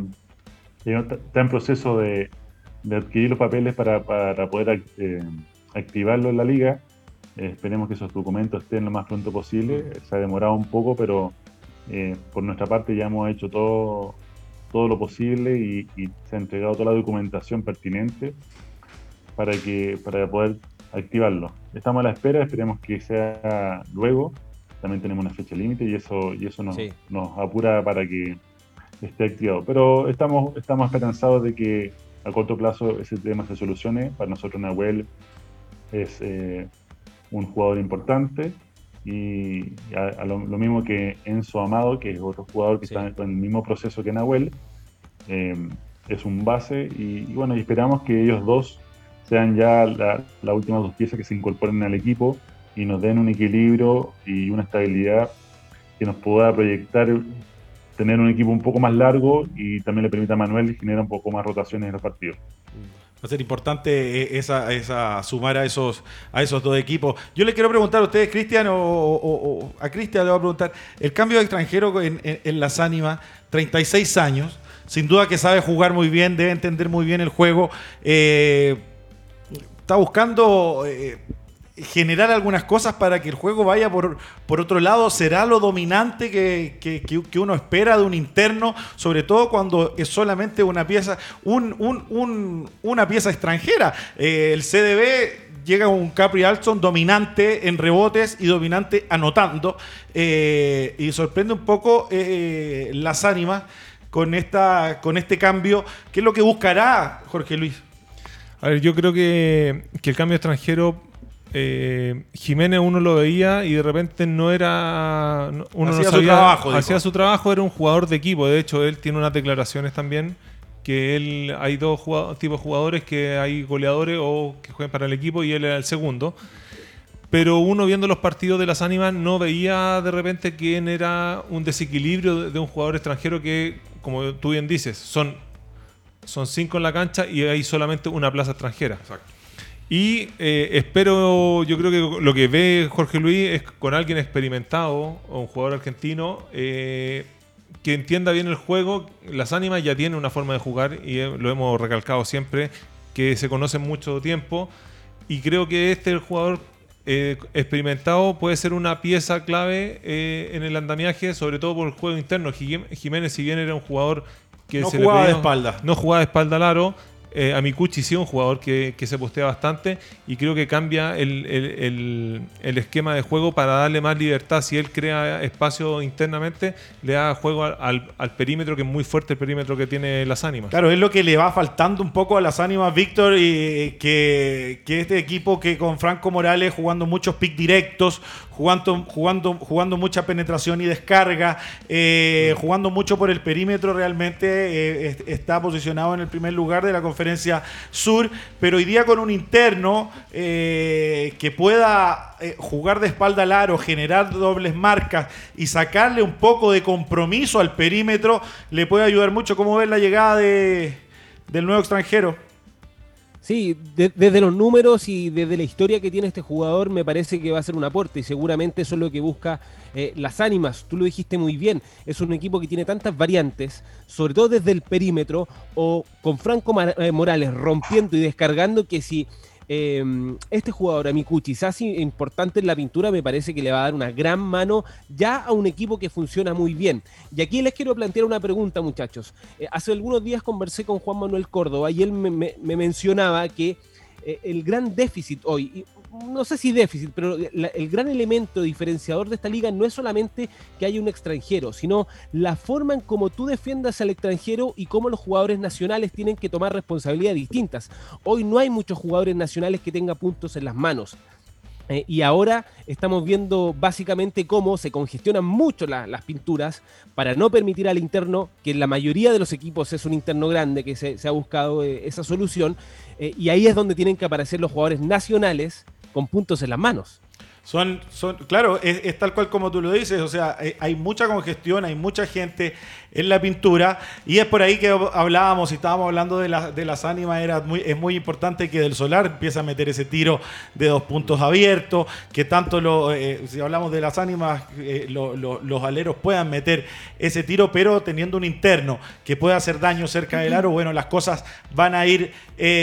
está en proceso de, de adquirir los papeles para, para poder eh, activarlo en la liga. Eh, esperemos que esos documentos estén lo más pronto posible. Se ha demorado un poco, pero Eh, por nuestra parte ya hemos hecho todo, todo lo posible y, y se ha entregado toda la documentación pertinente para, que, para poder activarlo. Estamos a la espera, esperemos que sea luego. También tenemos una fecha límite y eso, y eso nos, sí. nos apura para que esté activado. Pero estamos, estamos esperanzados de que a corto plazo ese tema se solucione. Para nosotros Nahuel es eh, un jugador importante. Y a, a lo, lo mismo que Enzo Amado, que es otro jugador que sí. está en el mismo proceso que Nahuel, eh, es un base y, y bueno, y esperamos que ellos dos sean ya las la últimas dos piezas que se incorporen al equipo y nos den un equilibrio y una estabilidad que nos pueda proyectar tener un equipo un poco más largo y también le permita a Manuel generar un poco más rotaciones en los partidos. Va a ser importante esa, esa, sumar a esos, a esos dos equipos. Yo le quiero preguntar a ustedes, Cristian, o, o, o a Cristian le voy a preguntar, el cambio de extranjero en, en, en Las Ánimas, treinta y seis años, sin duda que sabe jugar muy bien, debe entender muy bien el juego, eh, está buscando eh, generar algunas cosas para que el juego vaya por, por otro lado. ¿Será lo dominante que, que, que uno espera de un interno, sobre todo cuando es solamente una pieza, un, un, un, una pieza extranjera? Eh, el C D B llega un Capri Alston dominante en rebotes y dominante anotando, eh, y sorprende un poco eh, Las Ánimas con, esta, con este cambio? ¿Qué es lo que buscará Jorge Luis? A ver, yo creo que, que el cambio extranjero, eh, Jiménez uno lo veía y de repente no era... Uno hacía no sabía, su trabajo. Hacía dijo. su trabajo, era un jugador de equipo. De hecho, él tiene unas declaraciones también que él hay dos jugadores, tipos de jugadores, que hay goleadores o que juegan para el equipo y él era el segundo. Pero uno viendo los partidos de las Ánimas no veía de repente quién era un desequilibrio de, de un jugador extranjero que, como tú bien dices, son, son cinco en la cancha y hay solamente una plaza extranjera. Exacto. Y eh, espero, yo creo que lo que ve Jorge Luis es con alguien experimentado o un jugador argentino eh, que entienda bien el juego. Las Ánimas ya tienen una forma de jugar y eh, lo hemos recalcado siempre, que se conocen mucho tiempo, y creo que este el jugador eh, experimentado puede ser una pieza clave eh, en el andamiaje, sobre todo por el juego interno. Jiménez, si bien era un jugador que no se jugaba le pedía, de espalda, no jugaba de espalda al aro. Eh, a Mikuchi sí es un jugador que, que se postea bastante y creo que cambia el, el, el, el esquema de juego para darle más libertad. Si él crea espacio internamente, le da juego al, al perímetro, que es muy fuerte el perímetro que tiene las Ánimas. Claro, es lo que le va faltando un poco a las Ánimas, Víctor, y que, que este equipo que con Franco Morales jugando muchos pick directos, jugando, jugando, jugando mucha penetración y descarga, eh, jugando mucho por el perímetro, realmente eh, está posicionado en el primer lugar de la conferencia sur, pero hoy día con un interno eh, que pueda eh, jugar de espalda al aro, generar dobles marcas y sacarle un poco de compromiso al perímetro, le puede ayudar mucho. ¿Cómo ves la llegada de, del nuevo extranjero? Sí, de, desde los números y desde la historia que tiene este jugador me parece que va a ser un aporte y seguramente eso es lo que busca eh, las Ánimas. Tú lo dijiste muy bien, es un equipo que tiene tantas variantes, sobre todo desde el perímetro o con Franco Morales rompiendo y descargando, que si eh, este jugador, a Mikuchi, se hace importante en la pintura, me parece que le va a dar una gran mano ya a un equipo que funciona muy bien. Y aquí les quiero plantear una pregunta, muchachos. Eh, hace algunos días conversé con Juan Manuel Córdoba y él me, me, me mencionaba que eh, el gran déficit hoy, y no sé si déficit, pero la, el gran elemento diferenciador de esta liga no es solamente que haya un extranjero, sino la forma en cómo tú defiendas al extranjero y cómo los jugadores nacionales tienen que tomar responsabilidades distintas. Hoy no hay muchos jugadores nacionales que tengan puntos en las manos. Eh, y ahora estamos viendo básicamente cómo se congestionan mucho la, las pinturas para no permitir al interno, que en la mayoría de los equipos es un interno grande, que se, se ha buscado eh, esa solución, eh, y ahí es donde tienen que aparecer los jugadores nacionales con puntos en las manos. Son, son, claro, es, es tal cual como tú lo dices, o sea, hay, hay mucha congestión, hay mucha gente en la pintura, y es por ahí que hablábamos, y estábamos hablando de, la, de las Ánimas, era muy, es muy importante que Del Solar empiece a meter ese tiro de dos puntos abiertos, que tanto, lo, eh, si hablamos de las Ánimas, eh, lo, lo, los aleros puedan meter ese tiro, pero teniendo un interno que pueda hacer daño cerca del aro, bueno, las cosas van a ir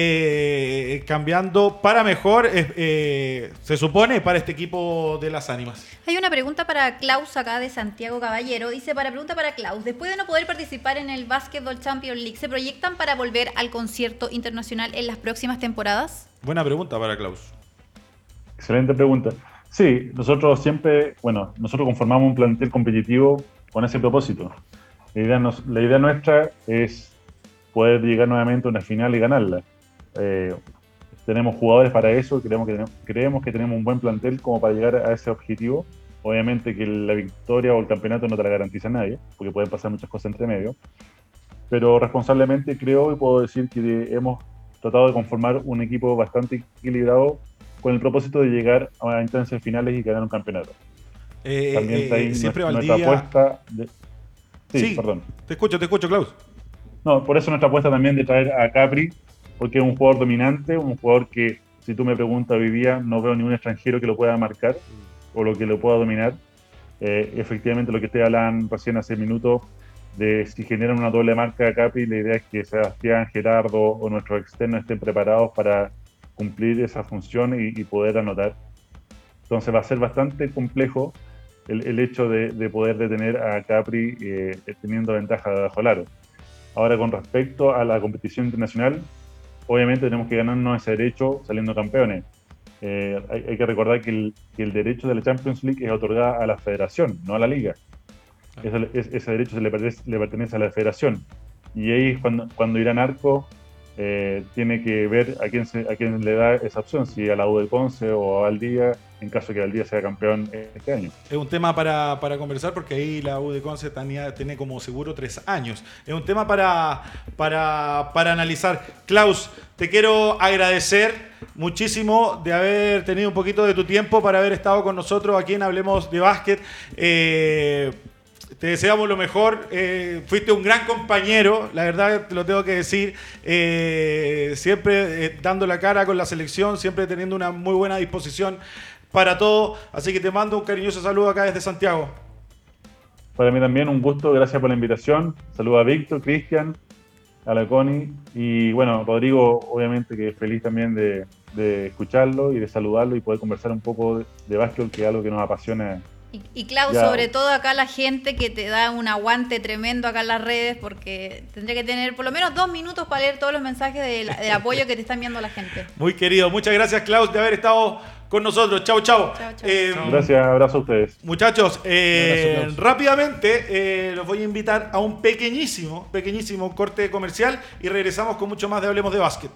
eh, cambiando para mejor, eh, eh, se supone, para este equipo de las Ánimas. Hay una pregunta para Klaus acá de Santiago Caballero. Dice, para pregunta para Klaus, después de no poder participar en el Basketball Champions League, ¿se proyectan para volver al concierto internacional en las próximas temporadas? Buena pregunta para Klaus. Excelente pregunta. Sí, nosotros siempre, bueno, nosotros conformamos un plantel competitivo con ese propósito. La idea, nos, la idea nuestra es poder llegar nuevamente a una final y ganarla. Eh, Tenemos jugadores para eso, creemos que, creemos que tenemos un buen plantel como para llegar a ese objetivo. Obviamente que la victoria o el campeonato no te la garantiza nadie, porque pueden pasar muchas cosas entre medio. Pero responsablemente creo y puedo decir que hemos tratado de conformar un equipo bastante equilibrado con el propósito de llegar a instancias finales y ganar un campeonato. Eh, También está ahí eh, siempre nuestra, Valdivia... nuestra apuesta... De... Sí, sí, perdón. Te escucho, te escucho, Klaus. No, por eso nuestra apuesta también de traer a Capri, porque es un jugador dominante, un jugador que, si tú me preguntas hoy día, no veo ningún extranjero que lo pueda marcar o lo que lo pueda dominar. Eh, efectivamente, lo que ustedes hablaban recién hace minutos, de si generan una doble marca a Capri, la idea es que Sebastián, Gerardo o nuestros externos estén preparados para cumplir esa función y, y poder anotar. Entonces va a ser bastante complejo el, el hecho de, de poder detener a Capri eh, teniendo ventaja bajo el aro. Ahora, con respecto a la competición internacional, obviamente tenemos que ganarnos ese derecho saliendo campeones. Eh, hay, hay que recordar que el, que el derecho de la Champions League es otorgada a la federación, no a la liga. ese, ese derecho se le pertenece, le pertenece a la federación. Y ahí es cuando, cuando Irán Arco eh, tiene que ver a quién, se, a quién le da esa opción, si a la U de Conce o a Valdivia, en caso de que Valdivia sea campeón este año. Es un tema para, para conversar porque ahí la U de Conce tenía, tiene como seguro tres años. Es un tema para, para, para analizar. Klaus, te quiero agradecer muchísimo de haber tenido un poquito de tu tiempo para haber estado con nosotros aquí en Hablemos de Básquet. Eh, Te deseamos lo mejor. Eh, fuiste un gran compañero, la verdad te lo tengo que decir. Eh, siempre eh, dando la cara con la selección, siempre teniendo una muy buena disposición para todo. Así que te mando un cariñoso saludo acá desde Santiago. Para mí también un gusto, gracias por la invitación. Saludos a Víctor, Cristian, a la Connie. Y bueno, Rodrigo, obviamente que feliz también de, de escucharlo y de saludarlo y poder conversar un poco de, de básquet, que es algo que nos apasiona. Y, y Klaus, Ya. sobre todo acá la gente que te da un aguante tremendo acá en las redes, porque tendría que tener por lo menos dos minutos para leer todos los mensajes del, del apoyo que te están enviando la gente. Muy querido. Muchas gracias, Klaus, de haber estado con nosotros. Chau, chau. Chau, chau. Eh, Gracias, abrazo a ustedes. Muchachos, eh, Un abrazo, Klaus. rápidamente eh, los voy a invitar a un pequeñísimo, pequeñísimo corte comercial y regresamos con mucho más de Hablemos de Básquet.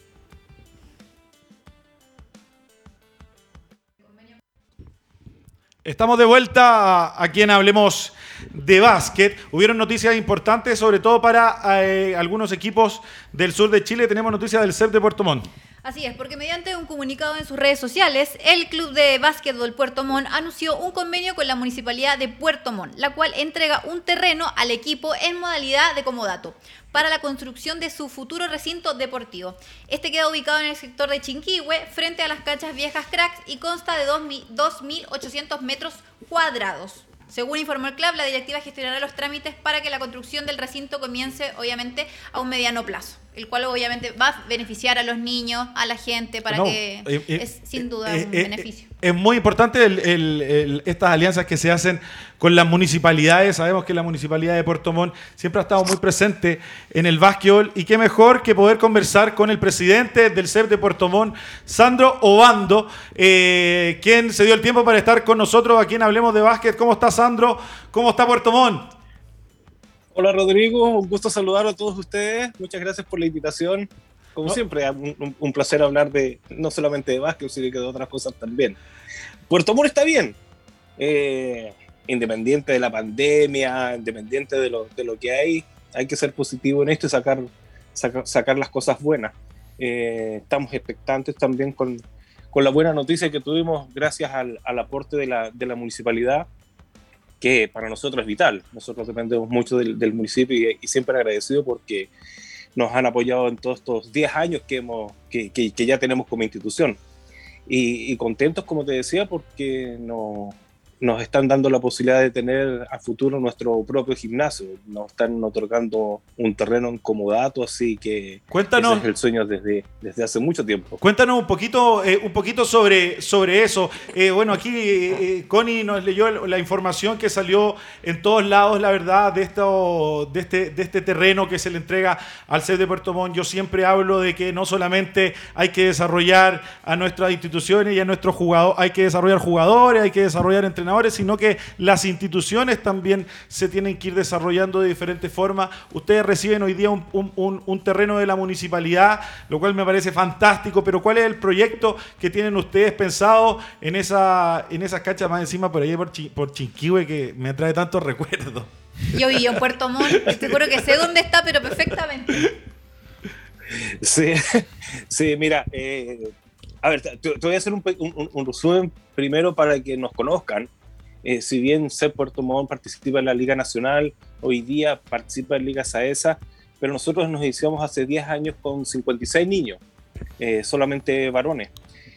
Estamos de vuelta aquí en Hablemos de Básquet. Hubieron noticias importantes, sobre todo para eh, algunos equipos del sur de Chile. Tenemos noticias del C E P de Puerto Montt. Así es, porque mediante un comunicado en sus redes sociales, el Club de Básquetbol Puerto Montt anunció un convenio con la Municipalidad de Puerto Montt, la cual entrega un terreno al equipo en modalidad de comodato para la construcción de su futuro recinto deportivo. Este queda ubicado en el sector de Chinquihue, frente a las canchas Viejas Cracks, y consta de dos mil ochocientos metros cuadrados. Según informó el club, la directiva gestionará los trámites para que la construcción del recinto comience, obviamente, a un mediano plazo, el cual obviamente va a beneficiar a los niños, a la gente, para No, que eh, eh, es sin duda eh, un eh, beneficio. Es muy importante el- el- el- estas alianzas que se hacen con las municipalidades. Sabemos que la municipalidad de Puerto Montt siempre ha estado muy presente en el básquetbol, y qué mejor que poder conversar con el presidente del C E P de Puerto Montt, Sandro Obando, eh, quien se dio el tiempo para estar con nosotros aquí en Hablemos de Básquet. ¿Cómo está, Sandro? ¿Cómo está Puerto Montt? Hola Rodrigo, un gusto saludar a todos ustedes. Muchas gracias por la invitación. Como No. siempre, un, un- un placer hablar de no solamente de básquet, sino que de otras cosas también. Puerto Montt está bien, eh, independiente de la pandemia, independiente de lo, de lo que hay. Hay que ser positivo en esto y sacar, saca- sacar las cosas buenas. Eh, estamos expectantes también con, con la buena noticia que tuvimos gracias al, al aporte de la, de la municipalidad, que para nosotros es vital. Nosotros dependemos mucho del, del municipio y, y siempre agradecido porque nos han apoyado en todos estos diez años que, hemos, que, que, que ya tenemos como institución. Y, y contentos, como te decía, porque no, nos están dando la posibilidad de tener a futuro nuestro propio gimnasio. Nos están otorgando un terreno en comodato, así que Cuéntanos. ese es el sueño desde, desde hace mucho tiempo. Cuéntanos un poquito, eh, un poquito sobre, sobre eso. Eh, bueno, aquí eh, eh, Connie nos leyó la información que salió en todos lados, la verdad, de, esto, de, este, de este terreno que se le entrega al C E P de Puerto Montt. Yo siempre hablo de que no solamente hay que desarrollar a nuestras instituciones y a nuestros jugadores, hay que desarrollar jugadores, hay que desarrollar entrenadores, sino que las instituciones también se tienen que ir desarrollando de diferentes formas. Ustedes reciben hoy día un, un, un, un terreno de la municipalidad, lo cual me parece fantástico, pero ¿cuál es el proyecto que tienen ustedes pensado en, esa, en esas canchas más encima por ahí por, Chi- por Chinquihue, que me trae tantos recuerdos? Yo viví en Puerto Montt, estoy seguro que sé dónde está, pero perfectamente. Sí, sí, mira, eh, a ver, te, te voy a hacer un, pe- un- un resumen primero para que nos conozcan. Eh, si bien C E P Puerto Montt participa en la Liga Nacional, hoy día participa en Liga Saesa, pero nosotros nos iniciamos hace diez años con cincuenta y seis niños, eh, solamente varones.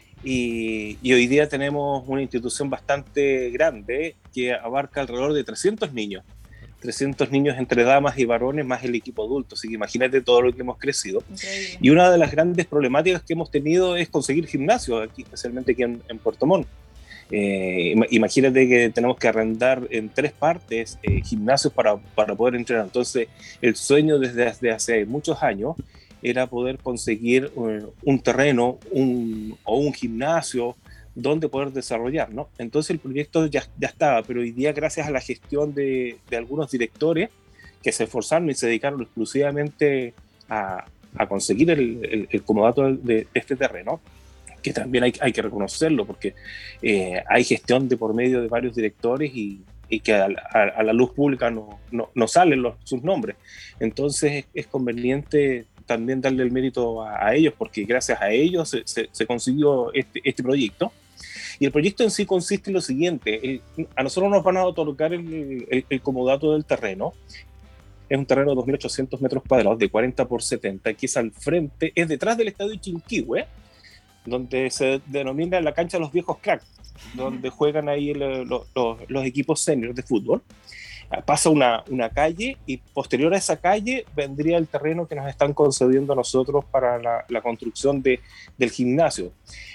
Y, y hoy día tenemos una institución bastante grande que abarca alrededor de trescientos niños. trescientos niños entre damas y varones, más el equipo adulto. Así que imagínate todo lo que hemos crecido. Increíble. Y una de las grandes problemáticas que hemos tenido es conseguir gimnasios, aquí, especialmente aquí en, en Puerto Montt. Eh, ima- imagínate que tenemos que arrendar en tres partes eh, gimnasios para, para poder entrenar. Entonces, el sueño desde, desde hace muchos años era poder conseguir eh, un terreno un, o un gimnasio donde poder desarrollar, ¿no? Entonces el proyecto ya, ya estaba, pero hoy día, gracias a la gestión de, de algunos directores que se esforzaron y se dedicaron exclusivamente a, a conseguir el, el, el comodato de, de este terreno, que también hay, hay que reconocerlo, porque eh, hay gestión de por medio de varios directores y, y que a, a, a la luz pública no, no, no salen los, sus nombres. Entonces es, es conveniente también darle el mérito a, a ellos, porque gracias a ellos se, se, se consiguió este, este proyecto. Y el proyecto en sí consiste en lo siguiente: el, a nosotros nos van a otorgar el, el, el comodato del terreno. Es un terreno de dos mil ochocientos metros cuadrados, de cuarenta por setenta, que es al frente, es detrás del estadio Chinquihue, donde se denomina la cancha de los viejos cracks, donde juegan ahí el, los, los, los equipos seniors de fútbol. Pasa una, una calle y posterior a esa calle vendría el terreno que nos están concediendo a nosotros para la, la construcción de, del gimnasio.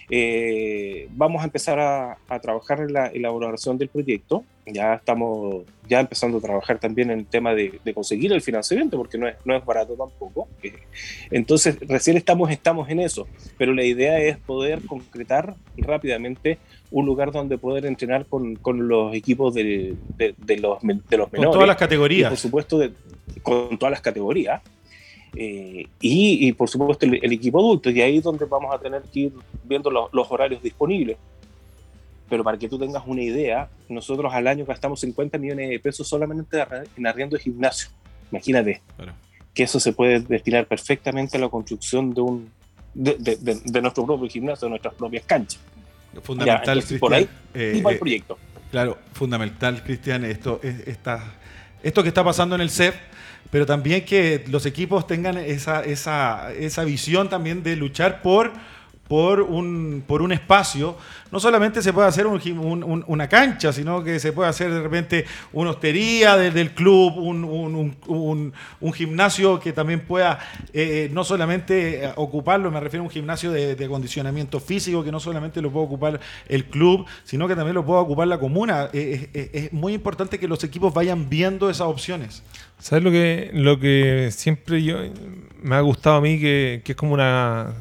Eh, vamos a empezar a, a trabajar en la elaboración del proyecto. Ya estamos ya empezando a trabajar también en el tema de, de conseguir el financiamiento, porque no es, no es barato tampoco. Eh, entonces recién estamos, estamos en eso, pero la idea es poder concretar rápidamente un lugar donde poder entrenar con, con los equipos de, de, de, los, de los menores. Con todas las categorías. Y por supuesto, de, con todas las categorías. Eh, y, y por supuesto el, el equipo adulto. Y ahí es donde vamos a tener que ir viendo los, los horarios disponibles. Pero para que tú tengas una idea, nosotros al año gastamos cincuenta millones de pesos solamente en arriendo de gimnasio. Imagínate, claro, que eso se puede destinar perfectamente a la construcción de, un, de, de, de, de nuestro propio gimnasio, de nuestras propias canchas. Fundamental, Cristian. Por ahí eh, va el eh, proyecto. Claro, fundamental, Cristian, esto, esta, esto que está pasando en el C E F, pero también que los equipos tengan esa, esa, esa visión también de luchar por, por, un, por un espacio. No solamente se puede hacer un, un, una cancha, sino que se puede hacer de repente una hostería desde el club, un, un, un, un gimnasio que también pueda eh, no solamente ocuparlo, me refiero a un gimnasio de, de acondicionamiento físico, que no solamente lo puede ocupar el club, sino que también lo puede ocupar la comuna. Eh, es, es muy importante que los equipos vayan viendo esas opciones. ¿Sabes lo que, lo que siempre yo me ha gustado a mí, que, que es como una...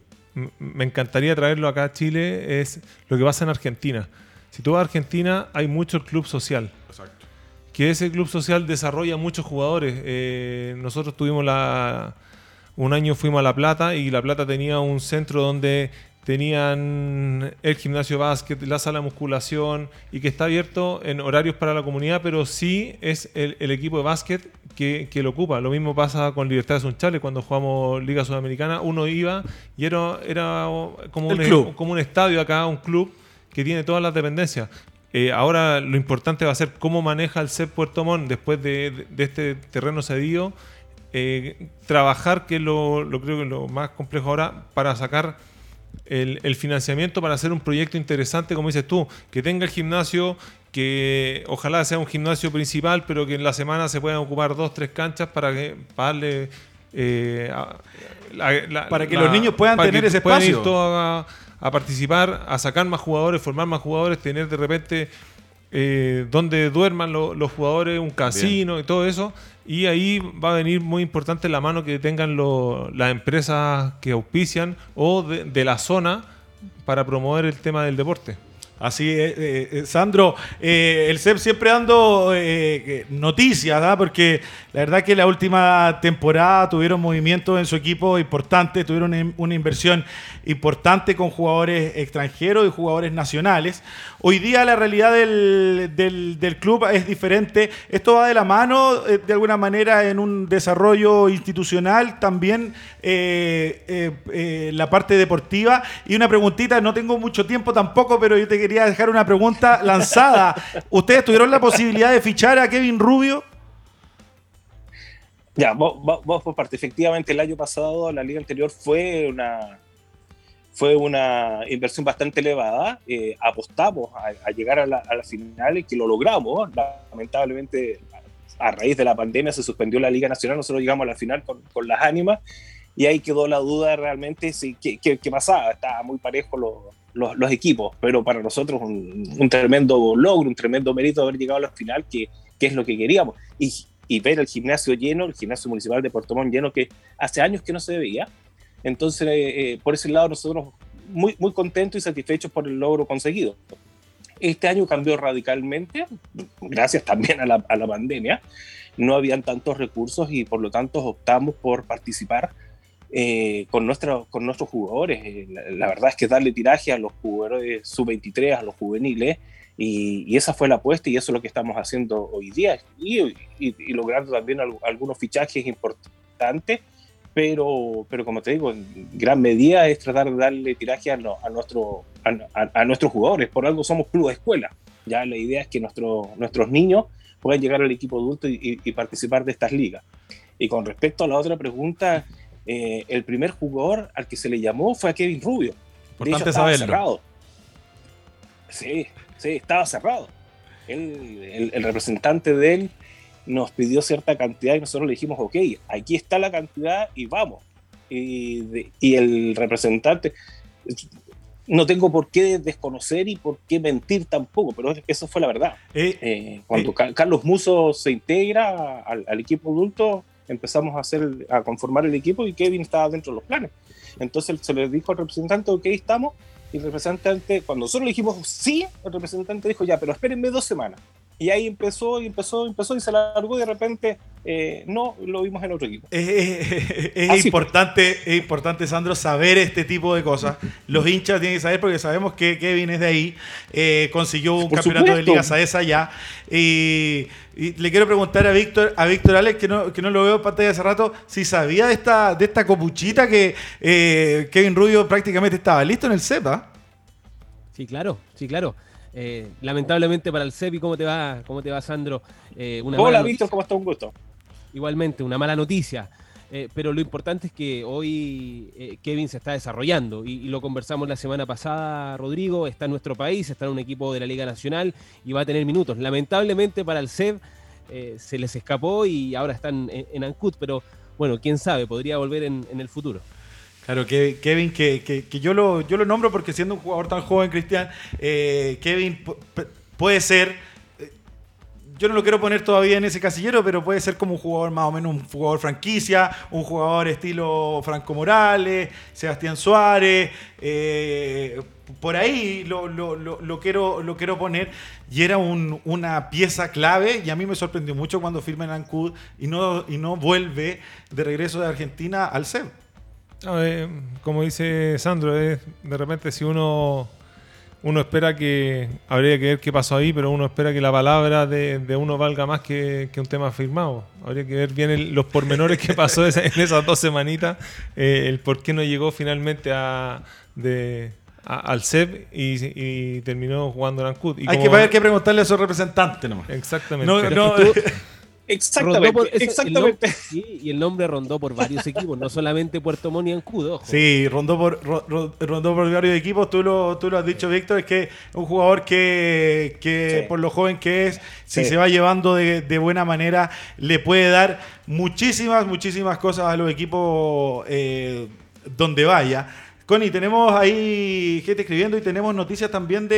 me encantaría traerlo acá a Chile, es lo que pasa en Argentina. Si tú vas a Argentina, hay mucho el club social. Exacto. Que ese club social desarrolla muchos jugadores. Eh, nosotros tuvimos la... Un año fuimos a La Plata y La Plata tenía un centro donde tenían el gimnasio básquet, la sala de musculación, y que está abierto en horarios para la comunidad, pero sí es el, el equipo de básquet que, que lo ocupa. Lo mismo pasa con Libertad de Sunchales, cuando jugamos Liga Sudamericana, uno iba y era, era como, un, como un estadio acá, un club que tiene todas las dependencias. Eh, ahora lo importante va a ser cómo maneja el C E P Puerto Montt después de, de, de este terreno cedido, eh, trabajar, que es lo, lo creo que es lo más complejo ahora, para sacar El, el financiamiento para hacer un proyecto interesante, como dices tú, que tenga el gimnasio, que ojalá sea un gimnasio principal, pero que en la semana se puedan ocupar dos, tres canchas para que para darle eh, a, la, la, para que la, los niños puedan tener ese espacio, ir todos a, a participar, a sacar más jugadores, formar más jugadores, tener de repente eh, donde duerman lo, los jugadores, un casino. Bien. Y todo eso. Y ahí va a venir muy importante la mano que tengan lo, las empresas que auspician o de, de la zona para promover el tema del deporte. Así es, eh, eh, Sandro, eh, el C E P siempre dando eh, noticias, ¿verdad? Porque la verdad que la última temporada tuvieron movimientos en su equipo importantes, tuvieron una inversión importante con jugadores extranjeros y jugadores nacionales. Hoy día la realidad del, del, del club es diferente. Esto va de la mano, eh, de alguna manera, en un desarrollo institucional, también eh, eh, eh, la parte deportiva. Y una preguntita, no tengo mucho tiempo tampoco, pero yo te quería dejar una pregunta lanzada. ¿Ustedes tuvieron la posibilidad de fichar a Kevin Rubio? Ya, vos, vos por parte. Efectivamente, el año pasado, la liga anterior fue una... Fue una inversión bastante elevada. Eh, apostamos a, a llegar a la, a las finales, que lo logramos. Lamentablemente, a raíz de la pandemia se suspendió la Liga Nacional. Nosotros llegamos a la final con, con las ánimas y ahí quedó la duda realmente si, qué, qué, qué pasaba. Estaba muy parejo los, los, los equipos, pero para nosotros un, un tremendo logro, un tremendo mérito haber llegado a la final, que, que es lo que queríamos. Y, y ver el gimnasio lleno, el gimnasio municipal de Puerto Montt lleno, que hace años que no se veía. Entonces, eh, por ese lado nosotros muy, muy contentos y satisfechos por el logro conseguido. Este año cambió radicalmente, gracias también a la, a la pandemia. No habían tantos recursos y por lo tanto optamos por participar eh, con, nuestra, con nuestros jugadores. Eh, la, la verdad es que darle tiraje a los jugadores sub veintitrés, a los juveniles, y, y esa fue la apuesta y eso es lo que estamos haciendo hoy día. Y, y, y logrando también al, algunos fichajes importantes, pero, pero como te digo, en gran medida es tratar de darle tiraje a, no, a, nuestro, a, a, a nuestros jugadores. Por algo somos club de escuela. Ya la idea es que nuestro, nuestros niños puedan llegar al equipo adulto y, y, y participar de estas ligas. Y con respecto a la otra pregunta, eh, el primer jugador al que se le llamó fue a Kevin Rubio. Importante de hecho, estaba saberlo. cerrado. Sí, sí, estaba cerrado. Él, el, el representante de él nos pidió cierta cantidad y nosotros le dijimos, ok, aquí está la cantidad y vamos. Y, de, y el representante, no tengo por qué desconocer y por qué mentir tampoco, pero eso fue la verdad. Eh, eh, cuando eh, Carlos Muso se integra al, al equipo adulto, empezamos a, hacer, a conformar el equipo y Kevin estaba dentro de los planes. Entonces se le dijo al representante, ok, estamos, y el representante, cuando nosotros le dijimos sí, el representante dijo, ya, pero espérenme dos semanas. Y ahí empezó, y empezó, y empezó, y se largó, y de repente, eh, no, lo vimos en otro equipo. Es, es, es importante, es importante, Sandro, saber este tipo de cosas. Los hinchas tienen que saber, porque sabemos que Kevin es de ahí, eh, consiguió un Por campeonato supuesto. de Liga Saesa ya. Y, y le quiero preguntar a Víctor, a Víctor Alex, que no, que no lo veo en pantalla hace rato, si sabía de esta, de esta copuchita que eh, Kevin Rubio prácticamente estaba listo en el C E P, ¿eh? Sí, claro, sí, claro. Eh, lamentablemente para el C E P I, ¿cómo te va, cómo te va Sandro? Eh, una Hola, mala Víctor, noticia. ¿cómo está? Un gusto. Igualmente, una mala noticia. Eh, pero lo importante es que hoy eh, Kevin se está desarrollando y, y lo conversamos la semana pasada, Rodrigo, está en nuestro país, está en un equipo de la Liga Nacional y va a tener minutos. Lamentablemente para el C E P eh, se les escapó y ahora están en, en Ancud, pero bueno, quién sabe, podría volver en, en el futuro. Claro, que, Kevin, que, que, que yo, lo, yo lo nombro porque siendo un jugador tan joven, Cristian, eh, Kevin p- p- puede ser, eh, yo no lo quiero poner todavía en ese casillero, pero puede ser como un jugador más o menos, un jugador franquicia, un jugador estilo Franco Morales, Sebastián Suárez, eh, por ahí lo, lo, lo, lo, quiero, lo quiero poner, y era un, una pieza clave, y a mí me sorprendió mucho cuando firma en Ancud y no, y no vuelve de regreso de Argentina al C E P. No, eh, como dice Sandro, eh, de repente si uno uno espera que, habría que ver qué pasó ahí, pero uno espera que la palabra de, de uno valga más que, que un tema firmado. Habría que ver bien el, los pormenores que pasó esa, en esas dos semanitas, eh, el por qué no llegó finalmente a, de, a, al C E P y, y terminó jugando en Ancud. Y Hay como- que haber que preguntarle a su representante nomás. Exactamente. No, Pero no, es que tú- Exactamente, Rondó por- ese- exactamente. el nom- sí, y el nombre rondó por varios equipos, no solamente Puerto Montt y Ancud, ojo. sí, rondó por, ro- ro- rondó por varios equipos. Tú lo, tú lo has dicho, Víctor, es que es un jugador que, que Sí. por lo joven que es, si Sí. se va llevando de, de buena manera, le puede dar muchísimas, muchísimas cosas a los equipos eh, donde vaya. Connie, tenemos ahí gente escribiendo y tenemos noticias también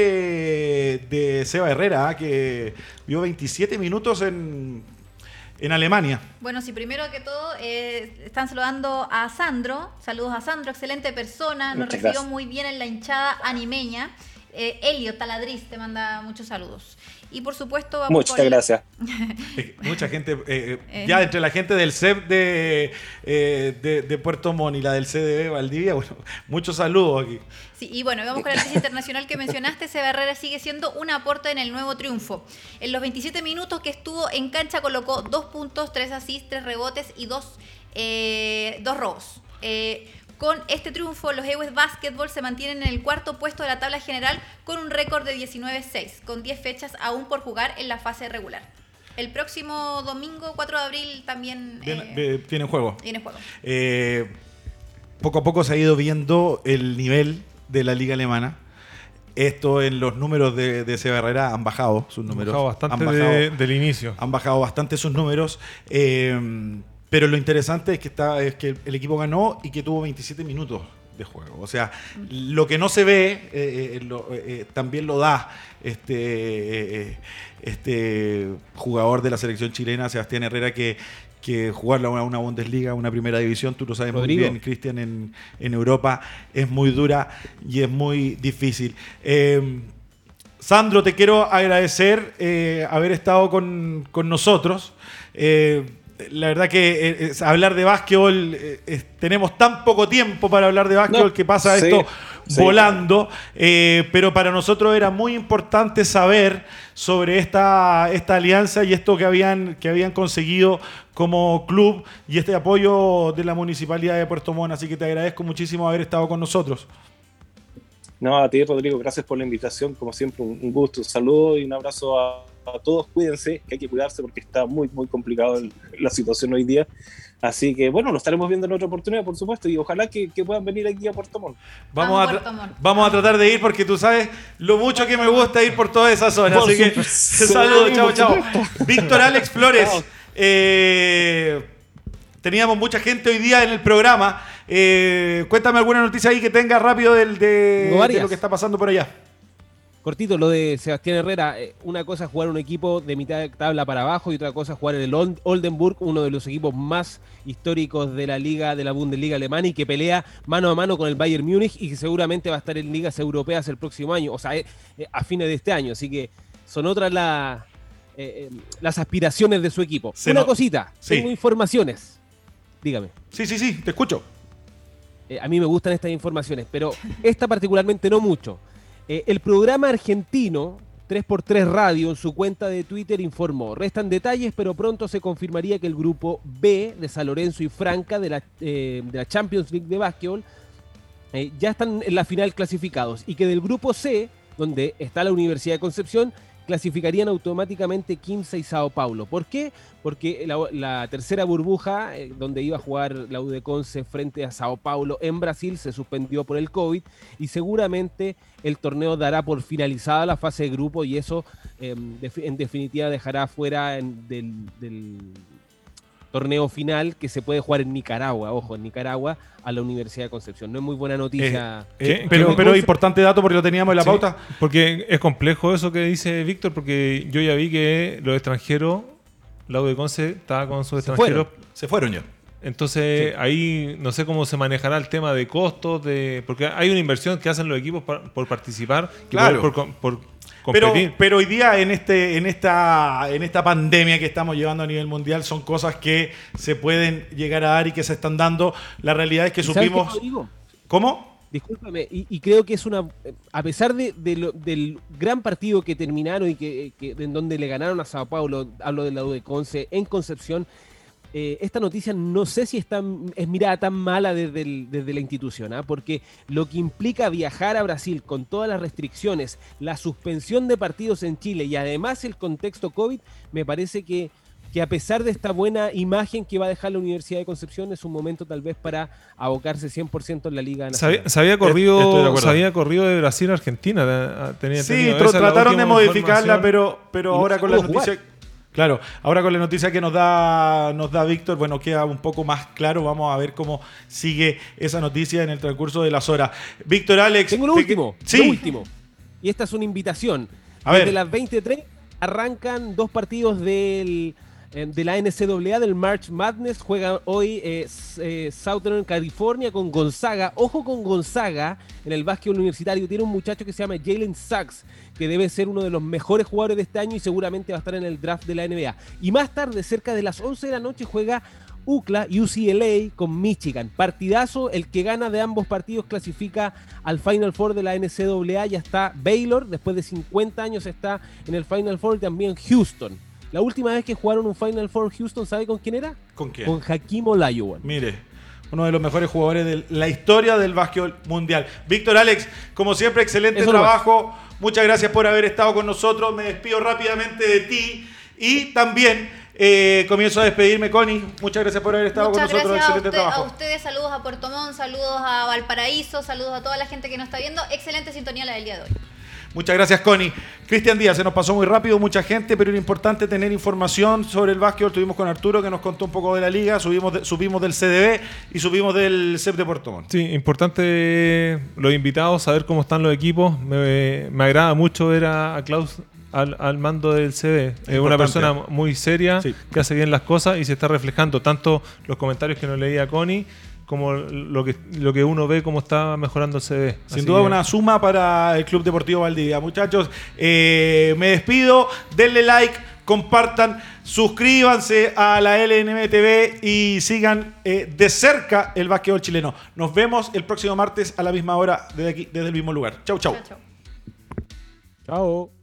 de, de Seba Herrera, ¿ah? Que vio veintisiete minutos en, en Alemania. Bueno, sí, primero que todo, eh, están saludando a Sandro. Saludos a Sandro, excelente persona. Nos Muchas recibió gracias. muy bien en la hinchada animeña. Eh, Elio Taladriz te manda muchos saludos. Y por supuesto, vamos Muchas con- gracias. Eh, Mucha gente, eh, Eh. ya entre la gente del C E P de, eh, de, de Puerto Montt y la del C D B Valdivia, bueno, muchos saludos aquí. Sí, y bueno, vamos con la noticia internacional que mencionaste. Seba Herrera sigue siendo un aporte en el nuevo triunfo. En los veintisiete minutos que estuvo en cancha colocó dos puntos, tres assists, tres rebotes y dos, eh, dos robos. Eh, con este triunfo, los Ewes Basketball se mantienen en el cuarto puesto de la tabla general con un récord de diecinueve seis, con diez fechas aún por jugar en la fase regular. El próximo domingo, cuatro de abril, también Bien, eh, bien, tienen juego. viene juego. Eh, poco a poco se ha ido viendo el nivel de la liga alemana. Esto en los números de, de Seba Herrera han bajado sus han números. bajado bastante han bajado, de- del inicio. han bajado bastante sus números. Eh, pero lo interesante es que, está, es que el equipo ganó y que tuvo veintisiete minutos de juego. O sea, lo que no se ve eh, eh, lo- eh, también lo da este, eh, este jugador de la selección chilena, Sebastián Herrera, que, que jugar una, una Bundesliga, una primera división, tú lo sabes Rodrigo. muy bien, Cristian, en, en Europa es muy dura y es muy difícil. Eh, Sandro, te quiero agradecer eh, haber estado con, con nosotros. Eh, la verdad que eh, es, hablar de básquetbol, eh, es, tenemos tan poco tiempo para hablar de básquetbol No, que pasa sí, esto sí. volando, eh, pero para nosotros era muy importante saber sobre esta, esta alianza y esto que habían, que habían conseguido como club y este apoyo de la Municipalidad de Puerto Montt, así que te agradezco muchísimo haber estado con nosotros. No, a ti, Rodrigo, gracias por la invitación. Como siempre, un un gusto, un saludo y un abrazo a, a todos. Cuídense, que hay que cuidarse porque está muy, muy complicado el- la situación hoy día. Así que, bueno, nos estaremos viendo en otra oportunidad, por supuesto, y ojalá que, que puedan venir aquí a Puerto Montt. Vamos, Vamos, a, Puerto tra- Montt. vamos a tratar de ir porque tú sabes lo mucho que me gusta ir por toda esa zona. Por Así que supuesto. saludos, chao, Por chao. supuesto. Víctor Alex Flores. Chao. eh, teníamos mucha gente hoy día en el programa. Eh, cuéntame alguna noticia ahí que tenga rápido del, de, Tengo varias. de lo que está pasando por allá. Cortito, lo de Sebastián Herrera. eh, Una cosa es jugar un equipo de mitad de tabla para abajo y otra cosa es jugar en el Ol- Oldenburg, uno de los equipos más históricos de la liga, de la Bundesliga alemana y que pelea mano a mano con el Bayern Múnich y que seguramente va a estar en ligas europeas el próximo año, o sea, eh, eh, a fines de este año. Así que son otras la- eh, eh, las aspiraciones de su equipo. Se Una no- cosita, Sí. tengo informaciones. Dígame. Sí, sí, sí, te escucho. Eh, a mí me gustan estas informaciones, pero esta particularmente no mucho. Eh, el programa argentino tres por tres Radio en su cuenta de Twitter informó: restan detalles, pero pronto se confirmaría que el grupo B de San Lorenzo y Franca de la, eh, de la Champions League de básquetbol eh, ya están en la final clasificados y que del grupo C, donde está la Universidad de Concepción, clasificarían automáticamente Quimsa y Sao Paulo. ¿Por qué? Porque la, la tercera burbuja, eh, donde iba a jugar la U de Conce frente a Sao Paulo en Brasil, se suspendió por el COVID y seguramente el torneo dará por finalizada la fase de grupo y eso eh, defi- en definitiva dejará fuera en- del, del torneo final que se puede jugar en Nicaragua, ojo, en Nicaragua, a la Universidad de Concepción. No es muy buena noticia. Eh, ¿Qué- pero qué- pero importante dato porque lo teníamos en la Sí, pauta. Porque es complejo eso que dice Víctor, porque yo ya vi que los extranjeros, la U de Conce estaba con sus Se extranjeros. Se fueron ya. Entonces ahí no sé cómo se manejará el tema de costos, de porque hay una inversión que hacen los equipos par- por participar, y Claro. por, por- por Pero, competir. pero hoy día en este, en esta, en esta pandemia que estamos llevando a nivel mundial son cosas que se pueden llegar a dar y que se están dando. La realidad es que ¿Y sabes qué, supimos. Rodrigo? ¿Cómo? Discúlpame, y, y creo que es una. A pesar de, de lo- del gran partido que terminaron y que, que- en donde le ganaron a Sao Paulo, hablo de la U de Conce, en Concepción, eh, esta noticia no sé si está, es mirada tan mala desde, el- desde la institución, ¿ah? Porque lo que implica viajar a Brasil con todas las restricciones, la suspensión de partidos en Chile y además el contexto COVID, me parece que. que a pesar de esta buena imagen que va a dejar la Universidad de Concepción, es un momento tal vez para abocarse cien por ciento en la Liga Se había, Nacional. se había Estoy de corrido, acuerdo. se había corrido de Brasil a Argentina. de- Tenía Sí, entendido. tr- Esa es la trataron de última modificarla, información. pero, pero Y no ahora se con la pudo noticia. jugar. Claro, ahora con la noticia que nos da, nos da Víctor, bueno, queda un poco más claro. Vamos a ver cómo sigue esa noticia en el transcurso de las horas. Víctor Alex. Tengo lo te- último, Sí. lo último. Y esta es una invitación. A Desde ver. las veintitrés arrancan dos partidos del, eh, de la N C A A, del March Madness. Juegan hoy eh, s- eh, Southern California con Gonzaga. Ojo con Gonzaga en el básquet universitario. Tiene un muchacho que se llama Jalen Sachs, que debe ser uno de los mejores jugadores de este año y seguramente va a estar en el draft de la N B A. Y más tarde, cerca de las once de la noche, juega U C L A, U C L A con Michigan. Partidazo, el que gana de ambos partidos clasifica al Final Four de la N C A A. Ya está Baylor, después de cincuenta años está en el Final Four, y también Houston. La última vez que jugaron un Final Four Houston, ¿sabe con quién era? ¿Con quién? Con Hakeem Olajuwon. Mire, uno de los mejores jugadores de la historia del básquetbol mundial. Víctor Alex, como siempre, excelente Eso nomás. trabajo. Muchas gracias por haber estado con nosotros. Me despido rápidamente de ti. Y también eh, comienzo a despedirme, Connie. Muchas gracias por haber estado Muchas con nosotros. gracias a, Excelente usted- a trabajo. ustedes, saludos a Puerto Montt, saludos a Valparaíso, saludos a toda la gente que nos está viendo. Excelente sintonía la del día de hoy. Muchas gracias, Connie. Cristian Díaz, se nos pasó muy rápido, mucha gente, pero era importante tener información sobre el básquetbol. Estuvimos con Arturo, que nos contó un poco de la liga, subimos de, supimos del C D B y subimos del C E P de Puerto Montt. Sí, importante los invitados, saber cómo están los equipos. Me, me agrada mucho ver a, a Klaus al, al mando del C D. Es una persona muy seria, sí, que hace bien las cosas y se está reflejando tanto los comentarios que nos leía Connie como lo que, lo que uno ve cómo está mejorando el C D. Sin Así duda que... una suma para el Club Deportivo Valdivia. Muchachos, eh, me despido. Denle like, compartan, suscríbanse a la L N M T V y sigan eh, de cerca el básquetbol chileno. Nos vemos el próximo martes a la misma hora desde aquí, desde el mismo lugar. Chau, chau. Chau, chau. Chao.